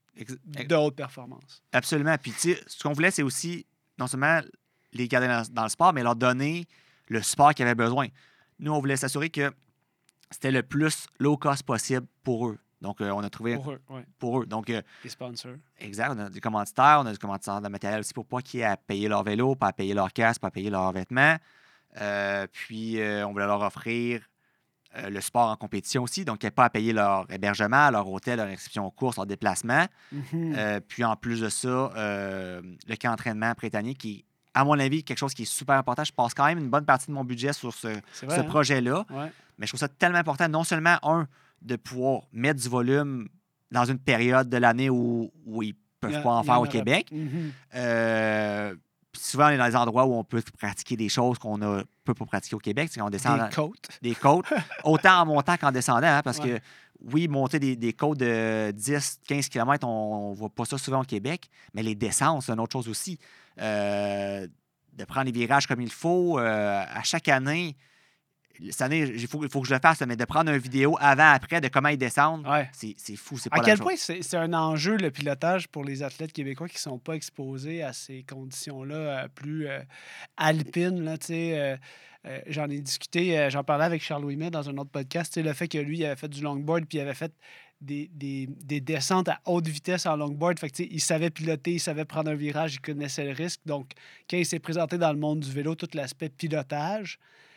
de haute performance. Absolument. Puis tu sais, ce qu'on voulait, c'est aussi non seulement les garder dans, dans le sport, mais leur donner le support qu'ils avaient besoin. Nous, on voulait s'assurer que c'était le plus low cost possible pour eux. Donc, euh, on a trouvé... Pour eux, oui. Pour eux. Donc, euh, des sponsors. Exact. On a des commanditaires, on a des commanditaires de matériel aussi pour pas qu'ils aient à payer leur vélo, pas à payer leur casque, pas à payer leurs vêtements. Euh, puis, euh, on voulait leur offrir euh, le sport en compétition aussi. Donc, ils n'avaient pas à payer leur hébergement, leur hôtel, leur inscription aux courses, leur déplacement. Mm-hmm. Euh, puis, en plus de ça, euh, le camp d'entraînement pré-année qui est, à mon avis, quelque chose qui est super important. Je passe quand même une bonne partie de mon budget sur ce, vrai, ce hein? projet-là. Ouais. Mais je trouve ça tellement important, non seulement, un, de pouvoir mettre du volume dans une période de l'année où, où ils ne peuvent a, pas en faire au Québec. Mm-hmm. Euh, souvent, on est dans des endroits où on peut pratiquer des choses qu'on ne peut pas pratiquer au Québec. C'est quand on descend des dans, côtes. Des côtes. Autant en montant qu'en descendant. Hein, parce ouais. que, oui, monter des, des côtes de dix à quinze kilomètres, on ne voit pas ça souvent au Québec. Mais les descentes, c'est une autre chose aussi. Euh, de prendre les virages comme il faut. Euh, à chaque année... Cette année, il faut, il faut que je le fasse, mais de prendre une vidéo avant-après de comment ils descendent, ouais. c'est, c'est fou. C'est pas à la quel chose. point c'est, c'est un enjeu, le pilotage, pour les athlètes québécois qui ne sont pas exposés à ces conditions-là euh, plus euh, alpines. Là, euh, euh, j'en ai discuté, euh, j'en parlais avec Charles Ouimet dans un autre podcast. Le fait que lui, il avait fait du longboard puis il avait fait des, des, des descentes à haute vitesse en longboard. Fait que, il savait piloter, il savait prendre un virage, il connaissait le risque. Donc, quand il s'est présenté dans le monde du vélo, tout l'aspect pilotage,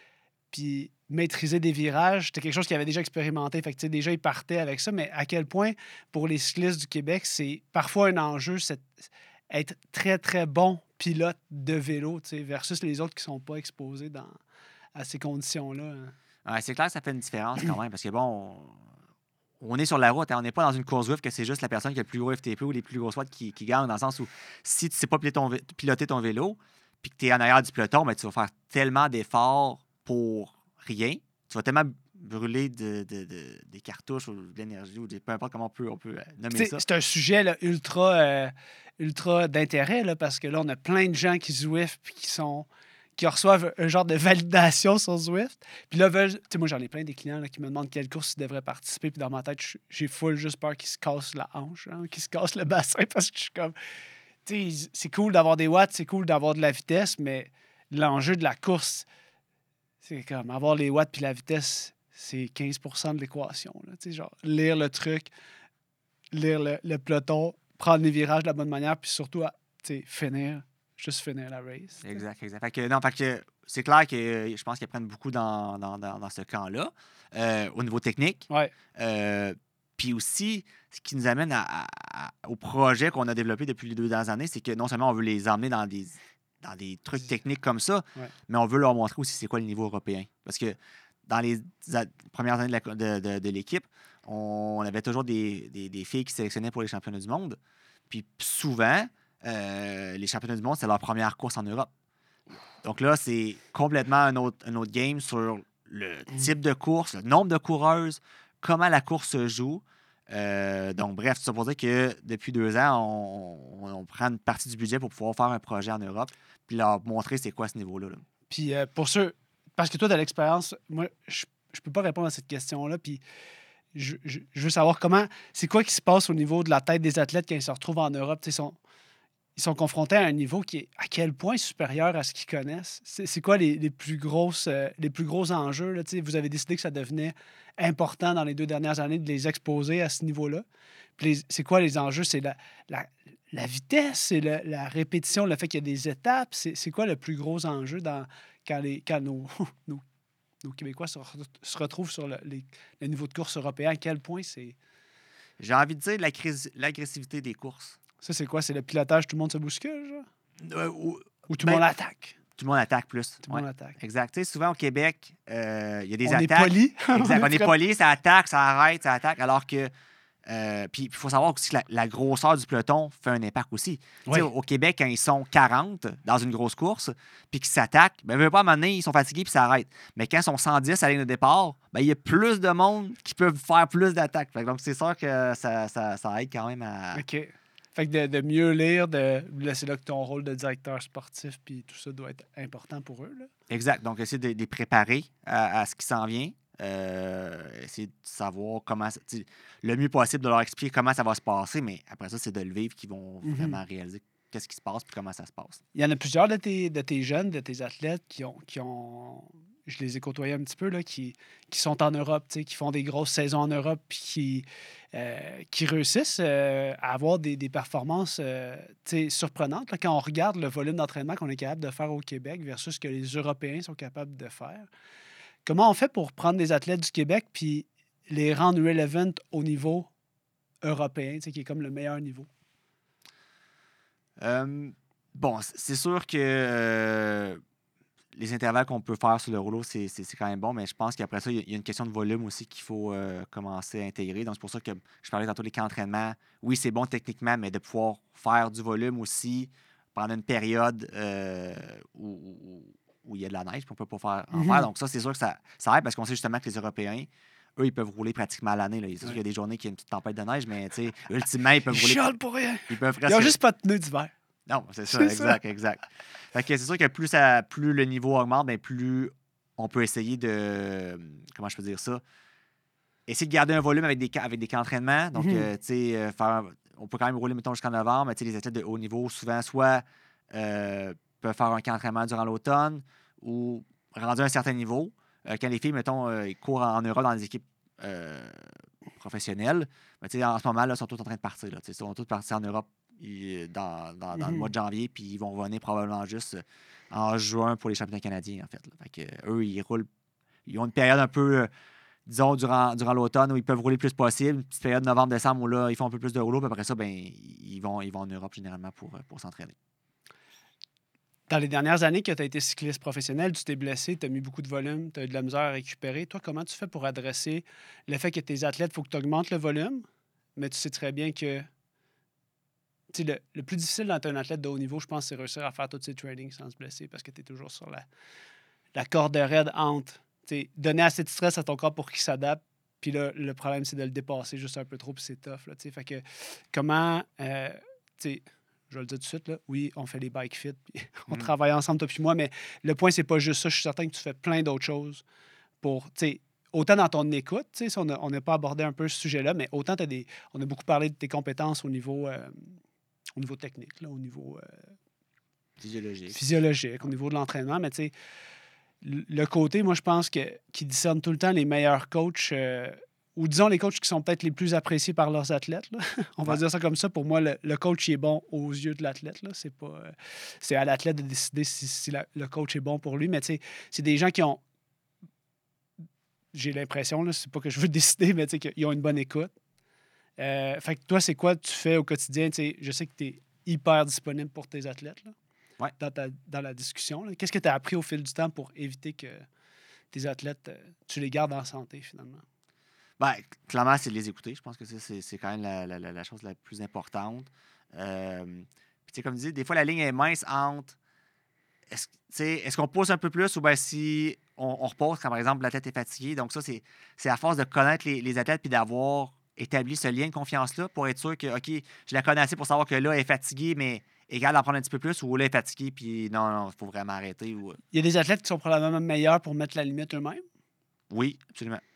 puis maîtriser des virages, c'était quelque chose qu'il avait déjà expérimenté. Fait que, déjà, il partait avec ça. Mais à quel point, pour les cyclistes du Québec, c'est parfois un enjeu, c'est être très, très bon pilote de vélo versus les autres qui ne sont pas exposés dans, à ces conditions-là. Ouais, c'est clair que ça fait une différence quand même. Parce que, bon, on, on est sur la route. Hein, on n'est pas dans une course Zwift que c'est juste la personne qui a le plus gros F T P ou les plus grosses watts qui, qui gagne, dans le sens où si tu ne sais pas piloter ton, piloter ton vélo puis que tu es en arrière du peloton, ben, tu vas faire tellement d'efforts pour rien. Tu vas tellement brûler de, de, de, des cartouches ou de l'énergie ou de, peu importe comment on peut, on peut nommer c'est, ça. C'est un sujet là, ultra, euh, ultra d'intérêt là, parce que là, on a plein de gens qui Zwift puis qui sont qui reçoivent un genre de validation sur Zwift. Puis là, veulent, moi, j'en ai plein des clients là, qui me demandent quelle course ils devraient participer. Puis dans ma tête, j'ai full juste peur qu'ils se cassent la hanche, hein, qu'ils se cassent le bassin parce que je suis comme... Tu sais, c'est cool d'avoir des watts, c'est cool d'avoir de la vitesse, mais l'enjeu de la course... C'est comme avoir les watts puis la vitesse, c'est quinze pour cent de l'équation. Là. Genre, lire le truc, lire le, le peloton, prendre les virages de la bonne manière, puis surtout, finir, juste finir la race. T'sais. Exact, exact. Fait que, non, fait que c'est clair que je pense qu'ils apprennent beaucoup dans, dans, dans, dans ce camp-là, euh, au niveau technique. Ouais. Euh, puis aussi, ce qui nous amène à, à, à, au projet qu'on a développé depuis les deux dernières années, c'est que non seulement on veut les emmener dans des... dans des trucs techniques comme ça, ouais. mais on veut leur montrer aussi c'est quoi le niveau européen. Parce que dans les a- premières années de, la, de, de, de l'équipe, on avait toujours des, des, des filles qui sélectionnaient pour les championnats du monde. Puis souvent, euh, les championnats du monde, c'est leur première course en Europe. Donc là, c'est complètement un autre, un autre game sur le type de course, le nombre de coureuses, comment la course se joue. Euh, donc, bref, tout ça pour dire que depuis deux ans, on, on, on prend une partie du budget pour pouvoir faire un projet en Europe puis leur montrer c'est quoi ce niveau-là. Là. Puis euh, pour ceux... Parce que toi, tu as l'expérience, moi, je ne peux pas répondre à cette question-là, puis je, je, je veux savoir comment... C'est quoi qui se passe au niveau de la tête des athlètes quand ils se retrouvent en Europe? Sont, ils sont confrontés à un niveau qui est à quel point supérieur à ce qu'ils connaissent. C'est, c'est quoi les, les, plus grosses, euh, les plus gros enjeux? Là, vous avez décidé que ça devenait important dans les deux dernières années de les exposer à ce niveau-là. Puis les, c'est quoi les enjeux? C'est la, la, la vitesse, c'est la, la répétition, le fait qu'il y a des étapes. C'est, c'est quoi le plus gros enjeu dans, quand, les, quand nos, nos, nos Québécois se, re- se retrouvent sur le, les, le niveau de course européen? À quel point c'est... J'ai envie de dire l'agress- l'agressivité des courses. Ça, c'est quoi? C'est le pilotage, tout le monde se bouscule, genre? Euh, ou, Ou tout le ben, monde attaque? Tout le monde attaque plus. Tout le Ouais, monde attaque. exact. Tu sais, souvent au Québec, euh, il y a des On est attaques. poli. Exact. On est très- poli, ça attaque, ça arrête, ça attaque. Alors que. euh, puis il faut savoir aussi que la, la grosseur du peloton fait un impact aussi. Tu sais, Oui. Au, au Québec, quand ils sont quarante dans une grosse course, puis qu'ils s'attaquent, ben, veut pas, à un moment donné, ils sont fatigués puis ça arrête. Mais quand ils sont cent dix à la ligne de départ, ben, il y a plus de monde qui peuvent faire plus d'attaques. Fait que Donc, c'est sûr que ça, ça, ça aide quand même à. OK. Fait que de, de mieux lire, de, là, c'est là que ton rôle de directeur sportif puis tout ça doit être important pour eux. Là. Exact. Donc, essayer de de les préparer à, à ce qui s'en vient. Euh, essayer de savoir comment. ça- tu sais, Le mieux possible de leur expliquer comment ça va se passer, mais après ça, c'est de le vivre qu'ils vont Mhm. vraiment réaliser qu'est-ce qui se passe et comment ça se passe. Il y en a plusieurs de tes, de tes jeunes, de tes athlètes qui ont, qui ont je les ai côtoyés un petit peu, là, qui, qui sont en Europe, tu sais, qui font des grosses saisons en Europe puis qui, euh, qui réussissent euh, à avoir des, des performances euh, tu sais, surprenantes. Là, quand on regarde le volume d'entraînement qu'on est capable de faire au Québec versus ce que les Européens sont capables de faire, comment on fait pour prendre des athlètes du Québec puis les rendre relevant au niveau européen, tu sais, qui est comme le meilleur niveau? Euh, bon, c- c'est sûr que euh, les intervalles qu'on peut faire sur le rouleau, c'est c'est- c'est quand même bon, mais je pense qu'après ça, il y, a il y a une question de volume aussi qu'il faut euh, commencer à intégrer. Donc, c'est pour ça que je parlais tantôt des camps d'entraînement. Oui, c'est bon techniquement, mais de pouvoir faire du volume aussi pendant une période euh, où, où- où il y a de la neige, puis on ne peut pas faire, en Mhm. faire. Donc, ça, c'est sûr que ça, ça aide parce qu'on sait justement que les Européens, eux, ils peuvent rouler pratiquement à l'année. là. C'est sûr Ouais. qu'il y a des journées qu'il y a une petite tempête de neige, mais tu sais, ultimement, ils peuvent Ils rouler. chialent pour rien. Ils peuvent Ils ont presque- juste pas de pneus d'hiver. non, c'est ça, C'est exact, exact. Fait que c'est sûr que plus, ça, plus le niveau augmente, ben plus on peut essayer de. Comment je peux dire ça? Essayer de garder un volume avec des, ca- avec des camps d'entraînement. Donc, Mhm. euh, tu sais, euh, faire. On peut quand même rouler, mettons, jusqu'en novembre, mais tu sais, les athlètes de haut niveau, souvent, soit euh, peuvent faire un camp d'entraînement durant l'automne ou rendu à un certain niveau. Euh, quand les filles, mettons, euh, ils courent en Europe dans des équipes euh, professionnelles, ben, tu sais, en ce moment, là, ils sont tous en train de partir. Là, Tu sais, ils sont tous partis en Europe ils- dans, dans- dans le Mhm. mois de janvier, puis ils vont revenir probablement juste euh, en juin pour les championnats canadiens, en fait. là. Fait que, euh, eux, ils roulent. Ils ont une période un peu, euh, disons, durant, durant l'automne où ils peuvent rouler le plus possible. Une petite période novembre-décembre où là, ils font un peu plus de rouleau, puis après ça, ben, ils vont, ils vont en Europe généralement pour, euh, pour s'entraîner. Dans les dernières années que tu as été cycliste professionnel, tu t'es blessé, tu as mis beaucoup de volume, tu as eu de la misère à récupérer. Toi, comment tu fais pour adresser le fait que tes athlètes, il faut que tu augmentes le volume, mais tu sais très bien que tu sais, le, le plus difficile d'être un athlète de haut niveau, je pense, c'est réussir à faire tous ces trainings sans se blesser parce que tu es toujours sur la, la corde raide entre tu sais, donner assez de stress à ton corps pour qu'il s'adapte. Puis là, le problème, c'est de le dépasser juste un peu trop, puis c'est tough. Là, tu sais. Fait que comment, euh, tu sais, je vais le dire tout de suite, là, oui, on fait les bike fit, puis on Mm. travaille ensemble, toi puis moi, mais le point, c'est pas juste ça. Je suis certain que tu fais plein d'autres choses pour, tu sais, autant dans ton écoute, tu sais, si on n'a on n'a pas abordé un peu ce sujet-là, mais autant t'as des, on a beaucoup parlé de tes compétences au niveau, euh, au niveau technique, là, au niveau euh, Physiologique. physiologique, au niveau de l'entraînement, mais tu sais, le le côté, moi, je pense que qui discerne tout le temps les meilleurs coachs, euh, ou disons les coachs qui sont peut-être les plus appréciés par leurs athlètes. là. On va Ouais. dire ça comme ça. Pour moi, le, le coach il est bon aux yeux de l'athlète. là. C'est pas, euh, c'est à l'athlète de décider si, si la- le coach est bon pour lui. Mais tu sais, c'est des gens qui ont, j'ai l'impression, là, c'est pas que je veux décider, mais tu sais, qu'ils ont une bonne écoute. Euh, fait que toi, c'est quoi tu fais au quotidien? Tu sais, je sais que tu es hyper disponible pour tes athlètes là, Ouais. dans, ta- dans la discussion. là. Qu'est-ce que tu as appris au fil du temps pour éviter que tes athlètes, euh, tu les gardes en santé finalement? Ben, clairement, c'est de les écouter. Je pense que ça, c'est c'est quand même la, la- la- la chose la plus importante. Euh, puis, tu sais, comme je dis, des fois, la ligne est mince entre est-ce tu sais, est-ce qu'on pousse un peu plus ou bien si on, on repose quand, par exemple, l'athlète est fatigué. Donc, ça, c'est c'est à force de connaître les, les athlètes puis d'avoir établi ce lien de confiance-là pour être sûr que, OK, je la connais assez pour savoir que là, elle est fatiguée, mais égal d'en prendre un petit peu plus ou là, elle est fatiguée puis non, non, il faut vraiment arrêter. Ou... Il y a des athlètes qui sont probablement meilleurs pour mettre la limite eux-mêmes. Oui, absolument.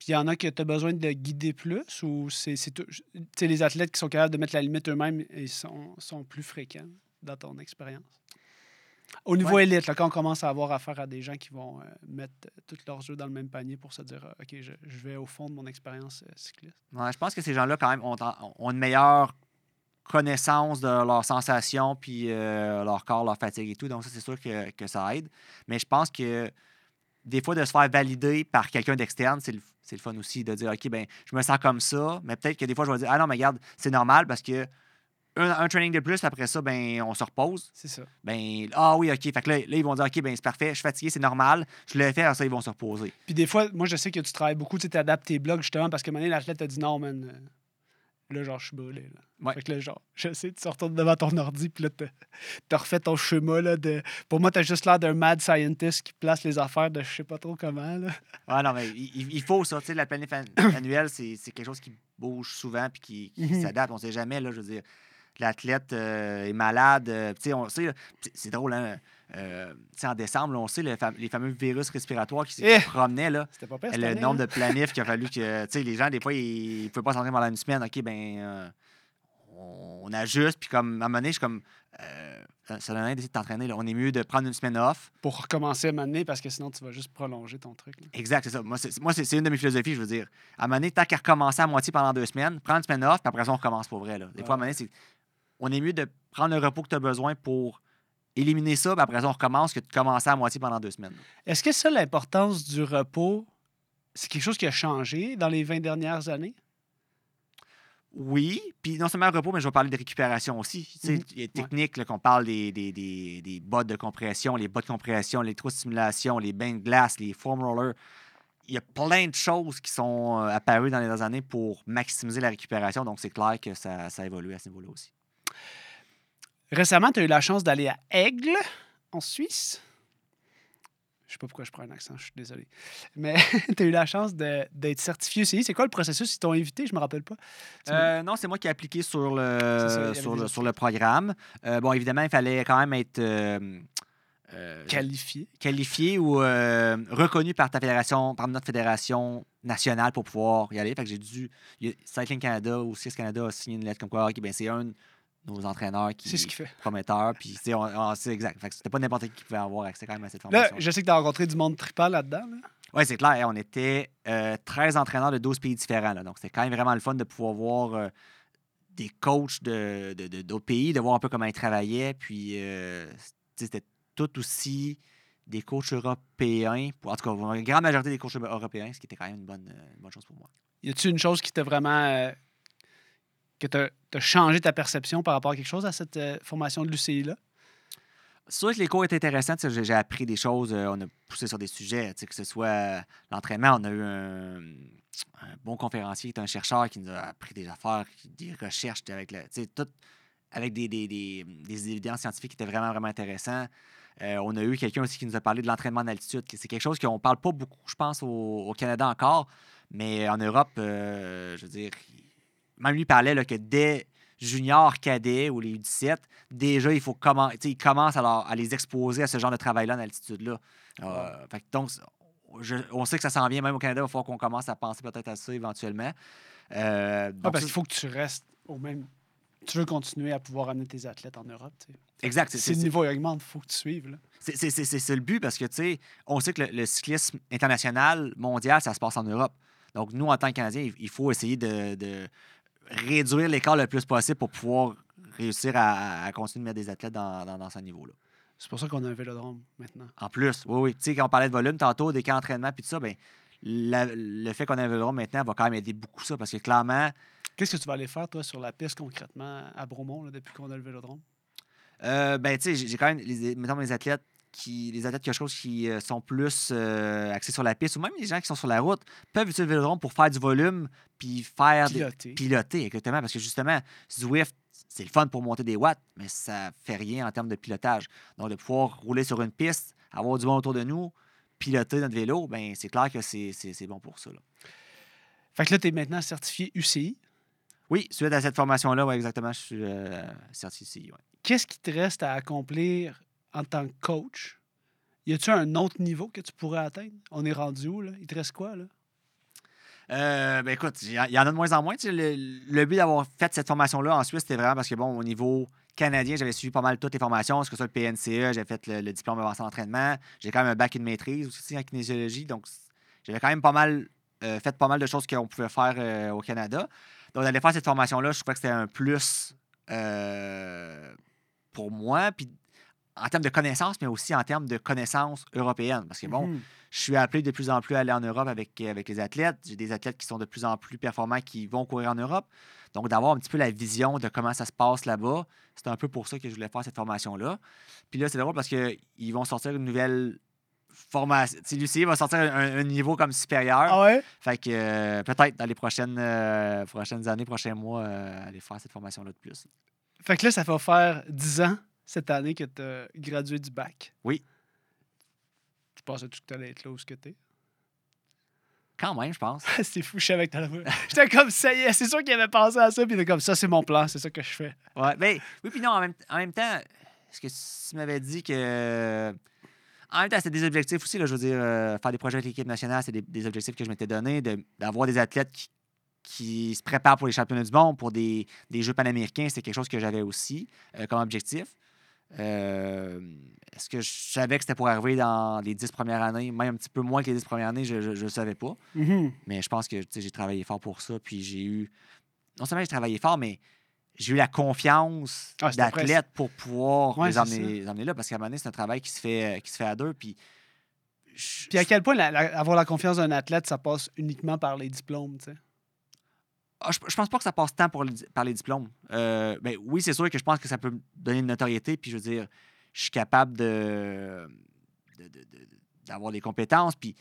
Puis il y en a que tu as besoin de guider plus ou c'est, c'est tout. Tu sais, les athlètes qui sont capables de mettre la limite eux-mêmes, ils sont, sont plus fréquents dans ton expérience? Au niveau Ouais. élite, là, quand on commence à avoir affaire à des gens qui vont euh, mettre euh, tous leurs œufs dans le même panier pour se dire euh, OK, je, je vais au fond de mon expérience euh, cycliste. Ouais, je pense que ces gens-là, quand même, ont, ont une meilleure connaissance de leurs sensations, puis euh, leur corps, leur fatigue et tout. Donc, ça, c'est sûr que, que ça aide. Mais je pense que des fois, de se faire valider par quelqu'un d'externe, c'est le, c'est le fun aussi de dire OK, ben je me sens comme ça, mais peut-être que des fois, je vais dire ah non, mais regarde, c'est normal parce que un, un training de plus, après ça, ben on se repose. C'est ça. Ben ah oui, OK. Fait que là, là, ils vont dire OK, ben c'est parfait, je suis fatigué, c'est normal. Je l'ai fait, alors ça, ils vont se reposer. Puis des fois, moi, je sais que tu travailles beaucoup, tu adaptes tes blogs justement parce que un moment donné, l'athlète t'a dit non, man. euh, Là, genre, je suis brûlé. Là. Ouais. Fait que là, genre, je sais, tu te retournes devant ton ordi, puis là, t'as, t'as refait ton schéma. Là, de... Pour moi, t'as juste l'air d'un mad scientist qui place les affaires de je sais pas trop comment. Là. Ah non, mais il, il faut ça. Tu sais, la planète an- annuelle, c'est, c'est quelque chose qui bouge souvent puis qui, qui Mhm. s'adapte. On ne sait jamais, là, je veux dire. L'athlète euh, est malade. euh, tu sais, on sait, là, c'est, c'est drôle, hein? euh, tu sais, en décembre, là, on sait le fam- les fameux virus respiratoires qui, qui Eh! se promenaient. Là. C'était pas pire cette Le année, nombre hein? de planifs qu'il a fallu que. Tu sais, les gens, des fois, ils ne pouvaient pas s'entraîner pendant une semaine. OK, ben euh, on, on ajuste. Puis, comme, à un moment donné, je suis comme. Euh, ça ça donne rien d'essayer de t'entraîner. Là. On est mieux de prendre une semaine off. Pour recommencer à m'amener parce que sinon, tu vas juste prolonger ton truc. Là. Exact, c'est ça. Moi, c'est, moi, c'est, c'est une de mes philosophies, je veux dire. À un moment donné, tant qu'à recommencer à moitié pendant deux semaines, prends une semaine off, puis après ça, on recommence pour vrai. Là. Des Ah fois, à un moment donné, c'est, on est mieux de prendre le repos que tu as besoin pour éliminer ça, puis après ça, on recommence que de commencer à moitié pendant deux semaines. Est-ce que ça, l'importance du repos, c'est quelque chose qui a changé dans les vingt dernières années? Oui, puis non seulement le repos, mais je vais parler de récupération aussi. Tu sais, Mhm. il y a des techniques là, qu'on parle des, des, des, des bottes de compression, les bottes de compression, l'électrostimulation, les bains de glace, les foam rollers. Il y a plein de choses qui sont euh, apparues dans les dernières années pour maximiser la récupération. Donc, c'est clair que ça, ça a évolué à ce niveau-là aussi. Récemment, tu as eu la chance d'aller à Aigle, en Suisse. Je sais pas pourquoi je prends un accent, je suis désolé. Mais tu as eu la chance de- d'être certifié U C I. C'est quoi le processus? Ils t'ont invité, je me rappelle pas. Tu me- Euh, non, c'est moi qui ai appliqué sur C'est ça, il y le, avait sur des le, autres sur le programme. Euh, bon, évidemment, il fallait quand même être euh, euh, Qualifié. qualifié ou euh, reconnu par ta fédération, par notre fédération nationale pour pouvoir y aller. Fait que j'ai dû. il y a- Cycling Canada ou Six Canada a signé une lettre comme quoi, OK, ben c'est un de nos entraîneurs qui C'est ce qu'il fait. est prometteur. Puis, tu sais, on- on- c'est exact. Fait que c'était pas n'importe qui qui pouvait avoir accès quand même à cette Là, formation. je sais que tu as rencontré du monde trippant là-dedans. Là. Oui, c'est clair. On était euh, treize entraîneurs de douze pays différents. Là. Donc, c'était quand même vraiment le fun de pouvoir voir euh, des coachs de, de- de- d'autres pays, de voir un peu comment ils travaillaient. Puis, euh, tu sais, c'était tout aussi des coachs européens. Pour, en tout cas, une grande majorité des coachs européens, ce qui était quand même une bonne, euh, une bonne chose pour moi. Y a-tu une chose qui t'a vraiment. euh, que t'as as changé ta perception par rapport à quelque chose à cette euh, formation de l'U C I-là? C'est sûr que les cours étaient intéressants. Tu sais, J'ai j'ai appris des choses. euh, On a poussé sur des sujets, tu sais, que ce soit euh, l'entraînement. On a eu un, un bon conférencier qui est un chercheur qui nous a appris des affaires, qui- des recherches avec, le, tu sais, tout, avec des, des, des- des évidences scientifiques qui étaient vraiment, vraiment intéressants. Euh, on a eu quelqu'un aussi qui nous a parlé de l'entraînement en altitude. que C'est quelque chose qu'on ne parle pas beaucoup, je pense, au, au Canada encore. Mais en Europe, euh, je veux dire, il- même lui parlait là, que dès junior, cadet ou les U dix-sept, déjà, il faut comment, tu sais, ils commencent à, leur- à les exposer à ce genre de travail-là en altitude-là. Euh, fait que donc, je- on sait que ça s'en vient même au Canada. Il va falloir qu'on commence à penser peut-être à ça éventuellement. Euh, Ah, donc, parce ça- qu'il faut que tu restes au même. Tu veux continuer à pouvoir amener tes athlètes en Europe. tu sais. exact. c'est- Si c'est- le c'est- niveau augmente, il faut que tu suives. Là. C'est c'est- c'est- c'est- c'est le but parce que, tu sais, on sait que le, le cyclisme international, mondial, ça se passe en Europe. Donc, nous, en tant que Canadiens, il, il faut essayer de, de réduire l'écart le plus possible pour pouvoir réussir à, à continuer de mettre des athlètes dans, dans, dans ce niveau-là. C'est pour ça qu'on a un vélodrome maintenant. En plus, oui, oui. Tu sais, quand on parlait de volume tantôt, des camps d'entraînement puis tout ça, ben, la- le fait qu'on ait un vélodrome maintenant va quand même aider beaucoup ça parce que clairement, Qu'est-ce que tu vas aller faire, toi, sur la piste concrètement à Bromont là, depuis qu'on a le vélodrome? Euh, ben, tu sais, j'ai j'ai quand même, les, mettons, mes athlètes qui, les athlètes quelque chose qui euh, sont plus euh, axés sur la piste, ou même les gens qui sont sur la route, peuvent utiliser le vélodrome pour faire du volume puis faire des- Piloter. piloter, exactement, parce que justement, Zwift, c'est le fun pour monter des watts, mais ça fait rien en termes de pilotage. Donc, de pouvoir rouler sur une piste, avoir du monde autour de nous, piloter notre vélo, ben c'est clair que c'est c'est- c'est bon pour ça. Là. Fait que là, tu es maintenant certifié U C I. Oui, suite à cette formation-là, ouais, exactement, je suis euh, certifié. Ouais. Qu'est-ce qui te reste à accomplir en tant que coach? Y a-tu un autre niveau que tu pourrais atteindre? On est rendu où, là? Il te reste quoi, là? Euh, ben écoute, il y, y en a de moins en moins. Tu sais, Le, le but d'avoir fait cette formation-là en Suisse, c'était vraiment parce que, bon, au niveau canadien, j'avais suivi pas mal toutes les formations. Est-ce que ça, le P N C E, j'ai fait le, le diplôme avancé d'entraînement. J'ai quand même un bac et une maîtrise aussi en kinésiologie. Donc, j'avais quand même pas mal euh, fait pas mal de choses qu'on pouvait faire euh, au Canada. Donc, d'aller faire cette formation-là, je trouvais que c'était un plus euh, pour moi. Puis, en termes de connaissances, mais aussi en termes de connaissances européennes. Parce que, bon, Mhm. je suis appelé de plus en plus à aller en Europe avec, avec les athlètes. J'ai des athlètes qui sont de plus en plus performants qui vont courir en Europe. Donc, d'avoir un petit peu la vision de comment ça se passe là-bas, c'est un peu pour ça que je voulais faire cette formation-là. Puis là, c'est drôle parce qu'ils vont sortir une nouvelle formation. Tu sais, l'U C I va sortir un, un niveau comme supérieur. Ah ouais? Fait que euh, peut-être dans les prochaines, euh, prochaines années, prochains mois, euh, aller faire cette formation-là de plus. Fait que là, ça va faire dix ans cette année que tu as gradué du bac. Oui. Tu pensais-tu que tu allais être là où ce que t'es? Quand même, je pense. C'est fou, je savais que t'allais. J'étais comme ça y est, c'est sûr qu'il avait pensé à ça, puis il était comme ça, c'est mon plan, c'est ça que je fais. Ouais, ben, oui, puis non, en même, en même temps, est-ce que tu m'avais dit que. En même temps, c'était des objectifs aussi, là, je veux dire, euh, faire des projets avec l'équipe nationale, c'est des, des objectifs que je m'étais donnés, de- d'avoir des athlètes qui, qui se préparent pour les championnats du monde, pour des, des Jeux panaméricains, c'était quelque chose que j'avais aussi euh, comme objectif. Euh, Est-ce que je savais que c'était pour arriver dans les dix premières années, même un petit peu moins que les dix premières années, je ne le savais pas. Mhm. Mais je pense que tu sais, j'ai travaillé fort pour ça, puis j'ai eu. Non seulement j'ai travaillé fort, mais j'ai eu la confiance Ah, c'était d'athlète pour pouvoir Ouais, les, c'est emmener, ça. les emmener là, parce qu'à un moment donné, c'est un travail qui se fait, qui se fait à deux. Puis, je- Puis à quel point la- la- avoir la confiance d'un athlète, ça passe uniquement par les diplômes, tu sais? ah, je, je pense pas que ça passe tant pour le di- par les diplômes. Euh, ben, oui, c'est sûr que je pense que ça peut me donner une notoriété, puis je veux dire, je suis capable de, de- de- de- d'avoir des compétences, puis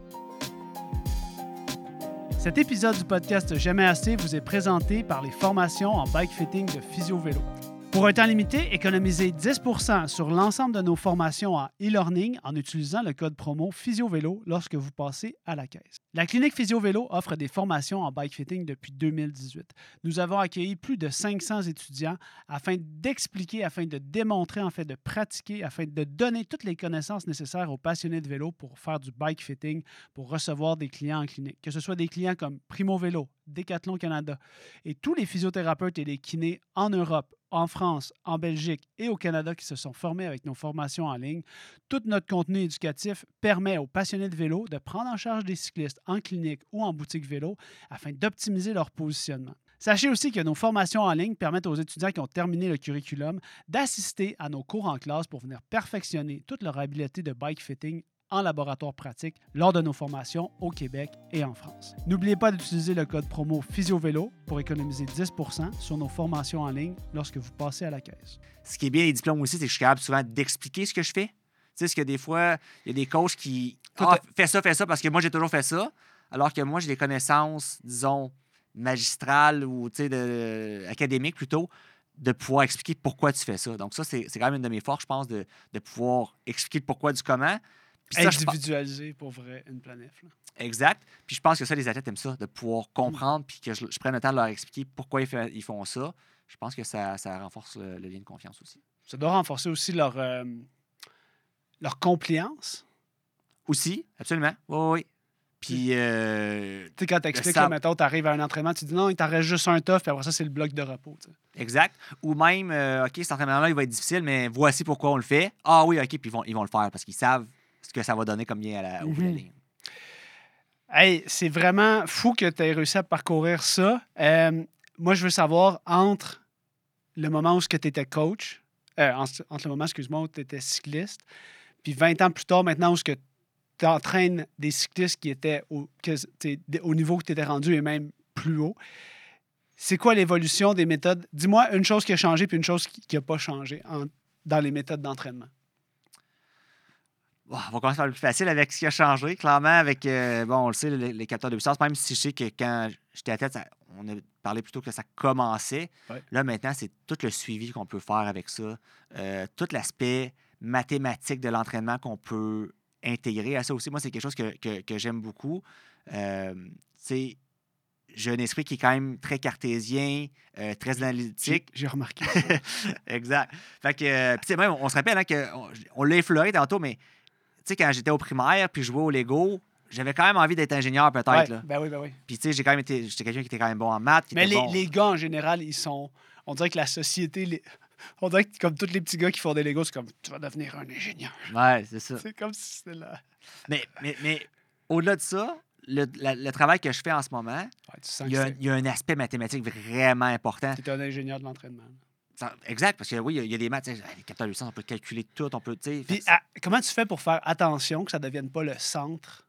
Cet épisode du podcast Jamais assez vous est présenté par les formations en bike fitting de Physio Vélo. Pour un temps limité, économisez dix pour cent sur l'ensemble de nos formations en e-learning en utilisant le code promo PhysioVélo lorsque vous passez à la caisse. La clinique PhysioVélo offre des formations en bike fitting depuis deux mille dix-huit. Nous avons accueilli plus de cinq cents étudiants afin d'expliquer, afin de démontrer, en fait de pratiquer, afin de donner toutes les connaissances nécessaires aux passionnés de vélo pour faire du bike fitting, pour recevoir des clients en clinique. Que ce soit des clients comme Primo Vélo, Decathlon Canada et tous les physiothérapeutes et les kinés en Europe, en France, en Belgique et au Canada qui se sont formés avec nos formations en ligne. Tout notre contenu éducatif permet aux passionnés de vélo de prendre en charge des cyclistes en clinique ou en boutique vélo afin d'optimiser leur positionnement. Sachez aussi que nos formations en ligne permettent aux étudiants qui ont terminé le curriculum d'assister à nos cours en classe pour venir perfectionner toute leur habileté de bike fitting en laboratoire pratique lors de nos formations au Québec et en France. N'oubliez pas d'utiliser le code promo PhysioVélo pour économiser dix pour cent sur nos formations en ligne lorsque vous passez à la caisse. ce qui est bien les diplômes aussi, c'est que je suis capable souvent d'expliquer ce que je fais. Tu sais, ce que des fois, il y a des coachs qui. Tout Ah, à- fais ça, fais ça, parce que moi, j'ai toujours fait ça. Alors que moi, j'ai des connaissances, disons, magistrales ou tu sais, de- académiques plutôt, de pouvoir expliquer pourquoi tu fais ça. Donc, ça, c'est c'est quand même une de mes forces, je pense, de, de pouvoir expliquer le pourquoi du comment. Puis ça, je pense- Individualiser pour vrai une planète. là. Exact. Puis je pense que ça, les athlètes aiment ça, de pouvoir comprendre puis que je, je prenne le temps de leur expliquer pourquoi ils, fait- ils font ça. Je pense que ça, ça renforce le, le lien de confiance aussi. Ça doit renforcer aussi leur, euh, leur compliance. Aussi, absolument. Oui, oui, oui. Puis, euh, Tu sais, quand tu expliques, ça- mettons, tu arrives à un entraînement, tu dis non, il t'en reste juste un tough, puis après ça, c'est le bloc de repos. tu sais. exact. Ou même, euh, OK, cet entraînement-là, il va être difficile, mais voici pourquoi on le fait. Ah oui, OK, puis ils vont, ils vont le faire parce qu'ils savent ce que ça va donner comme bien à la, au bout de la Mhm. ligne. Hey, c'est vraiment fou que tu aies réussi à parcourir ça. Euh, moi, je veux savoir, entre le moment où tu étais coach, euh, en- entre le moment, excuse-moi, où tu étais cycliste, puis vingt ans plus tard, maintenant, où tu entraînes des cyclistes qui étaient au, que, t'sais, au niveau que tu étais rendu et même plus haut, c'est quoi l'évolution des méthodes? Dis-moi une chose qui a changé puis une chose qui n'a pas changé en- dans les méthodes d'entraînement. Bon, on va commencer par le plus facile avec ce qui a changé. Clairement, avec, euh, bon, on le sait, les, les capteurs de puissance, même si je sais que quand j'étais athlète, ça- on a parlé plutôt que ça commençait. Ouais. Là, maintenant, c'est tout le suivi qu'on peut faire avec ça. Euh, tout l'aspect mathématique de l'entraînement qu'on peut intégrer à ça aussi. Moi, c'est quelque chose que, que- que j'aime beaucoup. Euh, tu sais, j'ai un esprit qui est quand même très cartésien, euh, très J'ai analytique. j'ai remarqué. Exact. Fait que, euh, puis tu sais, même, on se rappelle hein, que on, on l'a effleuré tantôt, mais tu sais, quand j'étais au primaire puis je jouais au Lego, j'avais quand même envie d'être ingénieur, peut-être. Ouais, Là. ben oui, ben oui. Puis, tu sais, j'ai quand même été. J'étais quelqu'un qui était quand même bon en maths. Qui Mais était les, bon... les gars, en général, ils sont. On dirait que la société. Les... On dirait que comme tous les petits gars qui font des Legos, c'est comme tu vas devenir un ingénieur. Ouais, c'est ça. C'est comme si c'était là. Mais, mais, mais au-delà de ça, le, la- le travail que je fais en ce moment, Ouais, tu sens il y, que a, c'est- il y a un aspect mathématique vraiment important. tu es un ingénieur de l'entraînement. Ça- Exact, parce que oui, il y a- il y a des maths, tu sais, les capteurs puissance, on peut calculer tout, on peut, tu sais, fait Puis, que c'est- à- comment tu fais pour faire attention que ça ne devienne pas le centre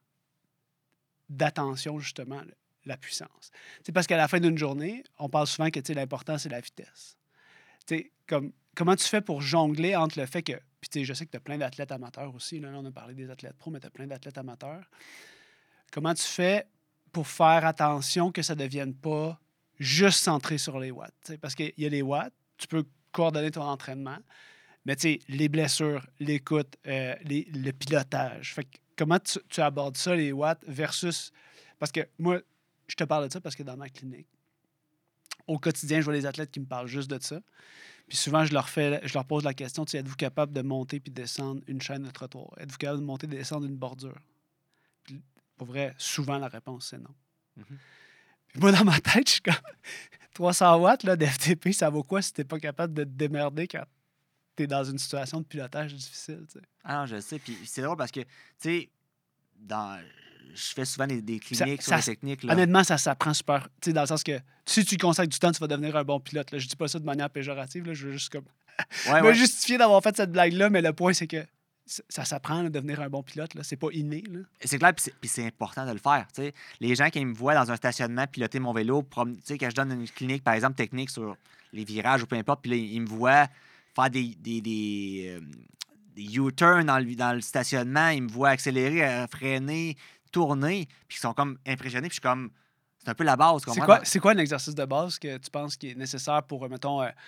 d'attention, justement, le- la puissance? C'est parce qu'à la fin d'une journée, on parle souvent que tu sais, l'important, c'est la vitesse. Tu sais, comme, comment tu fais pour jongler entre le fait que. Puis, tu sais, je sais que tu as plein d'athlètes amateurs aussi. Là, on a parlé des athlètes pro, mais tu as plein d'athlètes amateurs. Comment tu fais pour faire attention que ça ne devienne pas juste centré sur les watts? Tu sais, parce qu'il y a les watts, tu peux coordonner ton entraînement, mais tu sais, les blessures, l'écoute, euh, les- le pilotage. Fait que comment tu, tu abordes ça, les watts, versus. Parce que moi, je te parle de ça parce que dans ma clinique, au quotidien, je vois les athlètes qui me parlent juste de ça. Puis souvent, je leur, fais, je leur pose la question, tu sais, êtes-vous capable de monter puis descendre une chaîne de trottoir? Êtes-vous capable de monter et descendre une bordure? Puis, pour vrai, souvent, la réponse, c'est non. Mhm. Puis moi, dans ma tête, je suis comme trois cents watts là, de F T P, ça vaut quoi si t'es pas capable de te démerder quand t'es dans une situation de pilotage difficile, tu sais? Ah non, je le sais. Puis c'est drôle parce que, tu sais, dans... je fais souvent des, des Ça- cliniques sur ça- les techniques. Là. Honnêtement, ça s'apprend super. Tu sais, dans le sens que si tu consacres du temps, tu vas devenir un bon pilote. Là. Je dis pas ça de manière péjorative. Là. Je veux juste comme Ouais, me ouais. justifier d'avoir fait cette blague-là, mais le point, c'est que ça, ça s'apprend à devenir un bon pilote. Là. C'est pas inné. Là. C'est clair, puis c'est- puis c'est important de le faire. tu sais. Les gens qui me voient dans un stationnement piloter mon vélo, prom- tu sais, quand je donne une clinique, par exemple, technique sur les virages ou peu importe, puis là, ils me voient faire des, des, des, euh, des U-turns dans le, dans le stationnement, ils me voient accélérer, euh, freiner, tourner, puis ils sont comme impressionnés, puis je suis comme. C'est un peu la base. tu C'est comprends? quoi, c'est quoi un exercice de base que tu penses qui est nécessaire pour, euh, mettons, euh,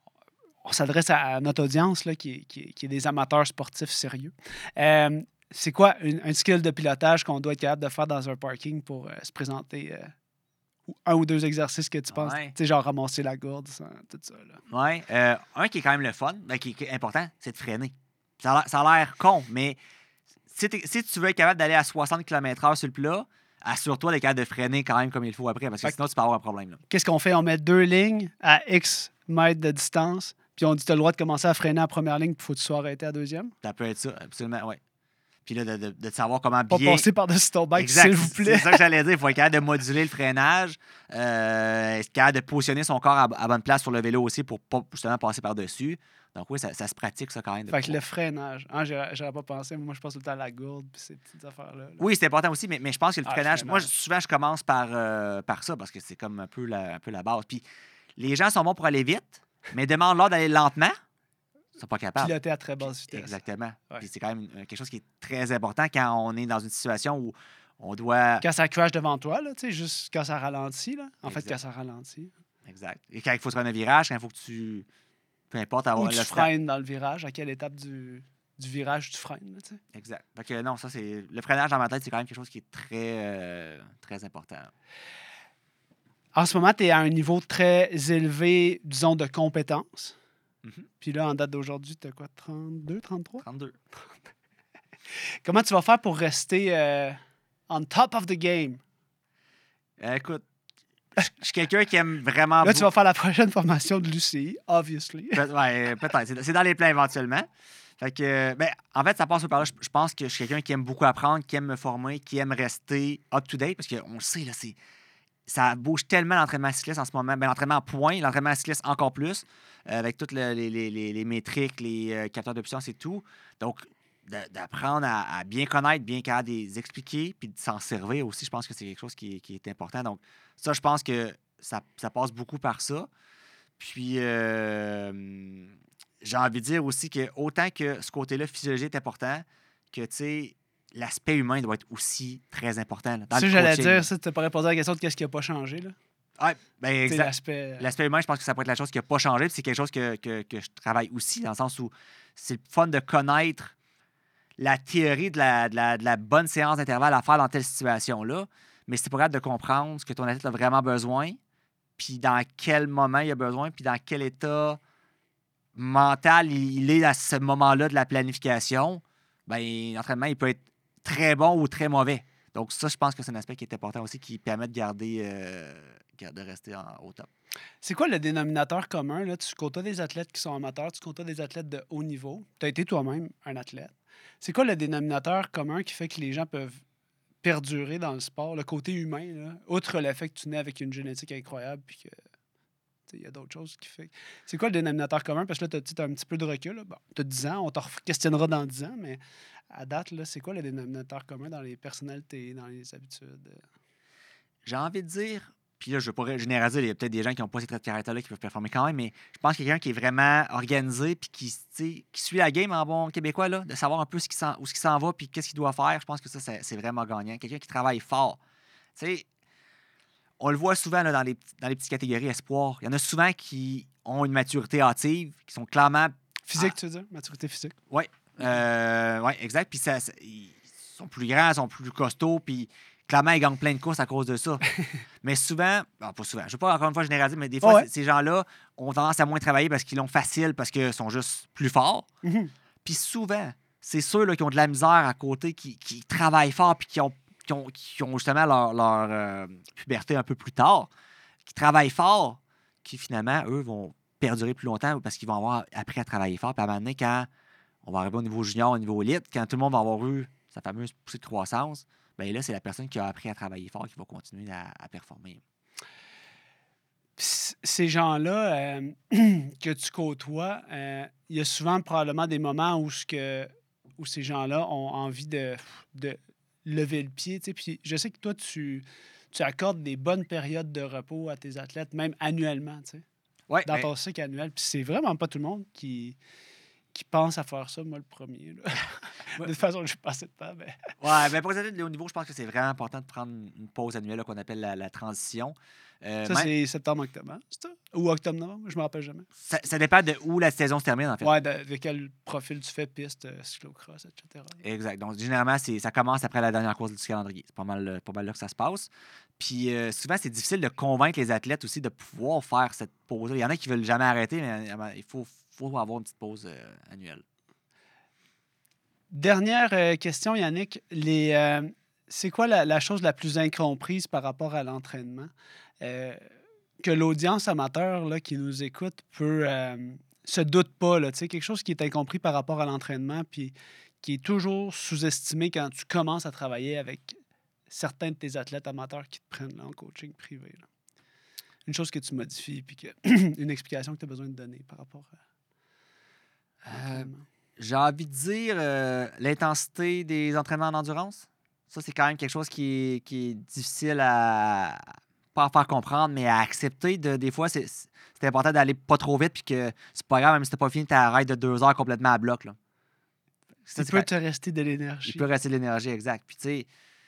on s'adresse à, à notre audience là, qui, est, qui, est, qui est des amateurs sportifs sérieux. Euh, c'est quoi une- un skill de pilotage qu'on doit être capable de faire dans un parking pour euh, se présenter euh, ou un ou deux exercices que tu penses, Ouais. tu sais, genre ramasser la gourde, ça, tout ça. Là. Oui. Euh, un qui est quand même le fun, ben, qui, qui est important, c'est de freiner. Ça a l'air- ça a l'air con, mais si, t'es- si tu veux être capable d'aller à soixante kilomètres heure sur le plat, assure-toi d'être capable de freiner quand même comme il faut après, parce que Fait que- sinon, tu peux avoir un problème. Là. Qu'est-ce qu'on fait? On met deux lignes à X mètres de distance, puis on dit tu as le droit de commencer à freiner à première ligne, puis il faut que tu sois arrêté à deuxième. Ça peut être ça, absolument, oui. Puis là, de, de, de savoir comment Pas bien... passer par-dessus ton bike, Exact, s'il vous plaît. c'est ça que j'allais dire. Il faut être capable de moduler le freinage, euh, être capable de positionner son corps à, à bonne place sur le vélo aussi pour pas justement passer par-dessus. Donc oui, ça, ça se pratique, ça, quand même. de Fait que pouvoir- le freinage. Hein, j'aurais, j'aurais pas pensé. Moi, je pense tout le temps à la gourde puis ces petites affaires-là. là. Oui, c'est important aussi, mais, mais je pense que le Ah, le freinage, moi, freinage. je- souvent, je commence par, euh, par ça parce que c'est comme un peu, la, un peu la base. Puis les gens sont bons pour aller vite, mais demandent-leur d'aller lentement, ils sont pas capables. Piloter à très basse vitesse. Exactement. Ouais. Puis c'est quand même euh, quelque chose qui est très important quand on est dans une situation où on doit... Quand ça crash devant toi, là, tu sais, juste quand ça ralentit, là. En fait, Exact. quand ça ralentit. Exact. Et quand il faut se prendre un virage, quand il faut que tu... Peu importe, Ou avoir tu le freines dans le virage. À quelle étape du, du virage tu freines, là, tu sais. Exact. Fait que non, ça, c'est... Le freinage dans ma tête, c'est quand même quelque chose qui est très, euh, très important. En ce moment, tu es à un niveau très élevé, disons, de compétences. Mhm. Puis là, en date d'aujourd'hui, tu as quoi, trente-deux, trente-trois? trente-deux. Comment tu vas faire pour rester euh, on top of the game? Euh, écoute, je je suis quelqu'un qui aime vraiment... Là, tu beau- vas faire la prochaine formation de l'U C I, obviously. Peut- ouais, peut-être. C'est- C'est dans les plans éventuellement. Fait que, euh, ben, en fait, ça passe par là. Je je pense que je suis quelqu'un qui aime beaucoup apprendre, qui aime me former, qui aime rester up-to-date, parce qu'on le sait, là, c'est... Ça bouge tellement l'entraînement cycliste en ce moment. Ben, l'entraînement à point, l'entraînement cycliste encore plus, euh, avec toutes le- les, les- les- les métriques, les euh, capteurs de puissance et tout. Donc, de- d'apprendre à, à bien connaître, bien capable de les expliquer, puis de s'en servir aussi, je pense que c'est quelque chose qui est, qui est important. Donc, ça, je pense que ça, ça passe beaucoup par ça. Puis, euh, j'ai envie de dire aussi que autant que ce côté-là physiologique est important, que, tu sais, l'aspect humain doit être aussi très important. là, dans Ça, le j'allais coaching. dire, ça, tu pas répondu à la question de qu'est-ce qui n'a pas changé, là. Ouais, ben Tu sais, exact. l'aspect... L'aspect humain, je pense que ça peut être la chose qui n'a pas changé. Puis c'est quelque chose que, que, que je travaille aussi, dans le sens où c'est le fun de connaître la théorie de la, de la, de la bonne séance d'intervalle à faire dans telle situation-là. Mais c'est pas grave de comprendre ce que ton athlète a vraiment besoin, puis dans quel moment il a besoin, puis dans quel état mental il, il est à ce moment-là de la planification. Ben, l'entraînement, il peut être très bon ou très mauvais. Donc, ça, je pense que c'est un aspect qui est important aussi, qui permet de garder, euh, de rester en, au top. C'est quoi le dénominateur commun? Là? Tu côtoies des athlètes qui sont amateurs, tu côtoies des athlètes de haut niveau. Tu as été toi-même un athlète. C'est quoi le dénominateur commun qui fait que les gens peuvent perdurer dans le sport, le côté humain, là, outre le fait que tu nais avec une génétique incroyable puis que il y a d'autres choses qui fait. C'est quoi le dénominateur commun? Parce que là, tu as un petit peu de recul. Là. Bon, tu as dix ans, on te questionnera dans dix ans, mais à date, là, c'est quoi le dénominateur commun dans les personnalités, dans les habitudes? J'ai envie de dire, puis là, je ne veux pas généraliser, il y a peut-être des gens qui n'ont pas ces traits de caractère-là qui peuvent performer quand même, mais je pense qu'il y a quelqu'un qui est vraiment organisé puis qui, qui suit la game en bon québécois, là, de savoir un peu ce qui s'en, où ce qui s'en va puis qu'est-ce qu'il doit faire. Je pense que ça, c'est, c'est vraiment gagnant. Quelqu'un qui travaille fort. Tu sais, on le voit souvent là, dans, les, dans les petites catégories espoirs. Il y en a souvent qui ont une maturité hâtive, qui sont clairement... Physique, ah. tu veux dire? Maturité physique? Oui. Euh, oui, exact. Puis ça, ça, ils sont plus grands, ils sont plus costauds, puis clairement, ils gagnent plein de courses à cause de ça. Mais souvent, bon, pas souvent, je ne veux pas encore une fois généraliser, mais des fois, ouais. ces gens-là ont tendance à moins travailler parce qu'ils l'ont facile, parce qu'ils sont juste plus forts. Mm-hmm. Puis souvent, c'est ceux là, qui ont de la misère à côté, qui, qui travaillent fort, puis qui ont Qui ont, qui ont justement leur, leur euh, puberté un peu plus tard, qui travaillent fort, qui finalement, eux, vont perdurer plus longtemps parce qu'ils vont avoir appris à travailler fort. Puis à un moment donné, quand on va arriver au niveau junior, au niveau élite, quand tout le monde va avoir eu sa fameuse poussée de croissance, bien là, c'est la personne qui a appris à travailler fort qui va continuer à, à performer. Puis ces gens-là euh, que tu côtoies, euh, il y a souvent probablement des moments où, ce que, où ces gens-là ont envie de... de lever le pied, tu sais, puis je sais que toi, tu, tu accordes des bonnes périodes de repos à tes athlètes, même annuellement, tu sais, ouais, dans ben... ton cycle annuel, puis c'est vraiment pas tout le monde qui, qui pense à faire ça, moi, le premier, là. De toute façon, je suis passé de temps, mais... Ouais, ben pour les athlètes de haut niveau, je pense que c'est vraiment important de prendre une pause annuelle là, qu'on appelle la, la transition. Euh, ça, même... c'est septembre-octobre, c'est ça? Ou octobre-novembre? Je me rappelle jamais. Ça, ça dépend de où la saison se termine, en fait. Ouais, de, de quel profil tu fais, piste, euh, cyclocross, et cetera. Exact. Donc, généralement, c'est, ça commence après la dernière course du calendrier. C'est pas mal, pas mal là que ça se passe. Puis, euh, souvent, c'est difficile de convaincre les athlètes aussi de pouvoir faire cette pause-là. Il y en a qui veulent jamais arrêter, mais il faut, faut avoir une petite pause euh, annuelle. Dernière euh, question, Yannick. Les, euh, c'est quoi la, la chose la plus incomprise par rapport à l'entraînement? Euh, que l'audience amateur là, qui nous écoute peut euh, se doute pas, là, quelque chose qui est incompris par rapport à l'entraînement puis qui est toujours sous-estimé quand tu commences à travailler avec certains de tes athlètes amateurs qui te prennent là, en coaching privé. Là. Une chose que tu modifies puis que une explication que tu as besoin de donner par rapport à, à l'entraînement. Euh, j'ai envie de dire euh, l'intensité des entraînements en endurance. Ça, c'est quand même quelque chose qui est, qui est difficile à... pas à faire comprendre, mais à accepter. De, des fois, c'est, c'est important d'aller pas trop vite puis que c'est pas grave, même si t'as pas fini ta ride de deux heures complètement à bloc. Là. Ça, il peut quand... te rester de l'énergie. Il peut rester de l'énergie, exact. Puis tu sais,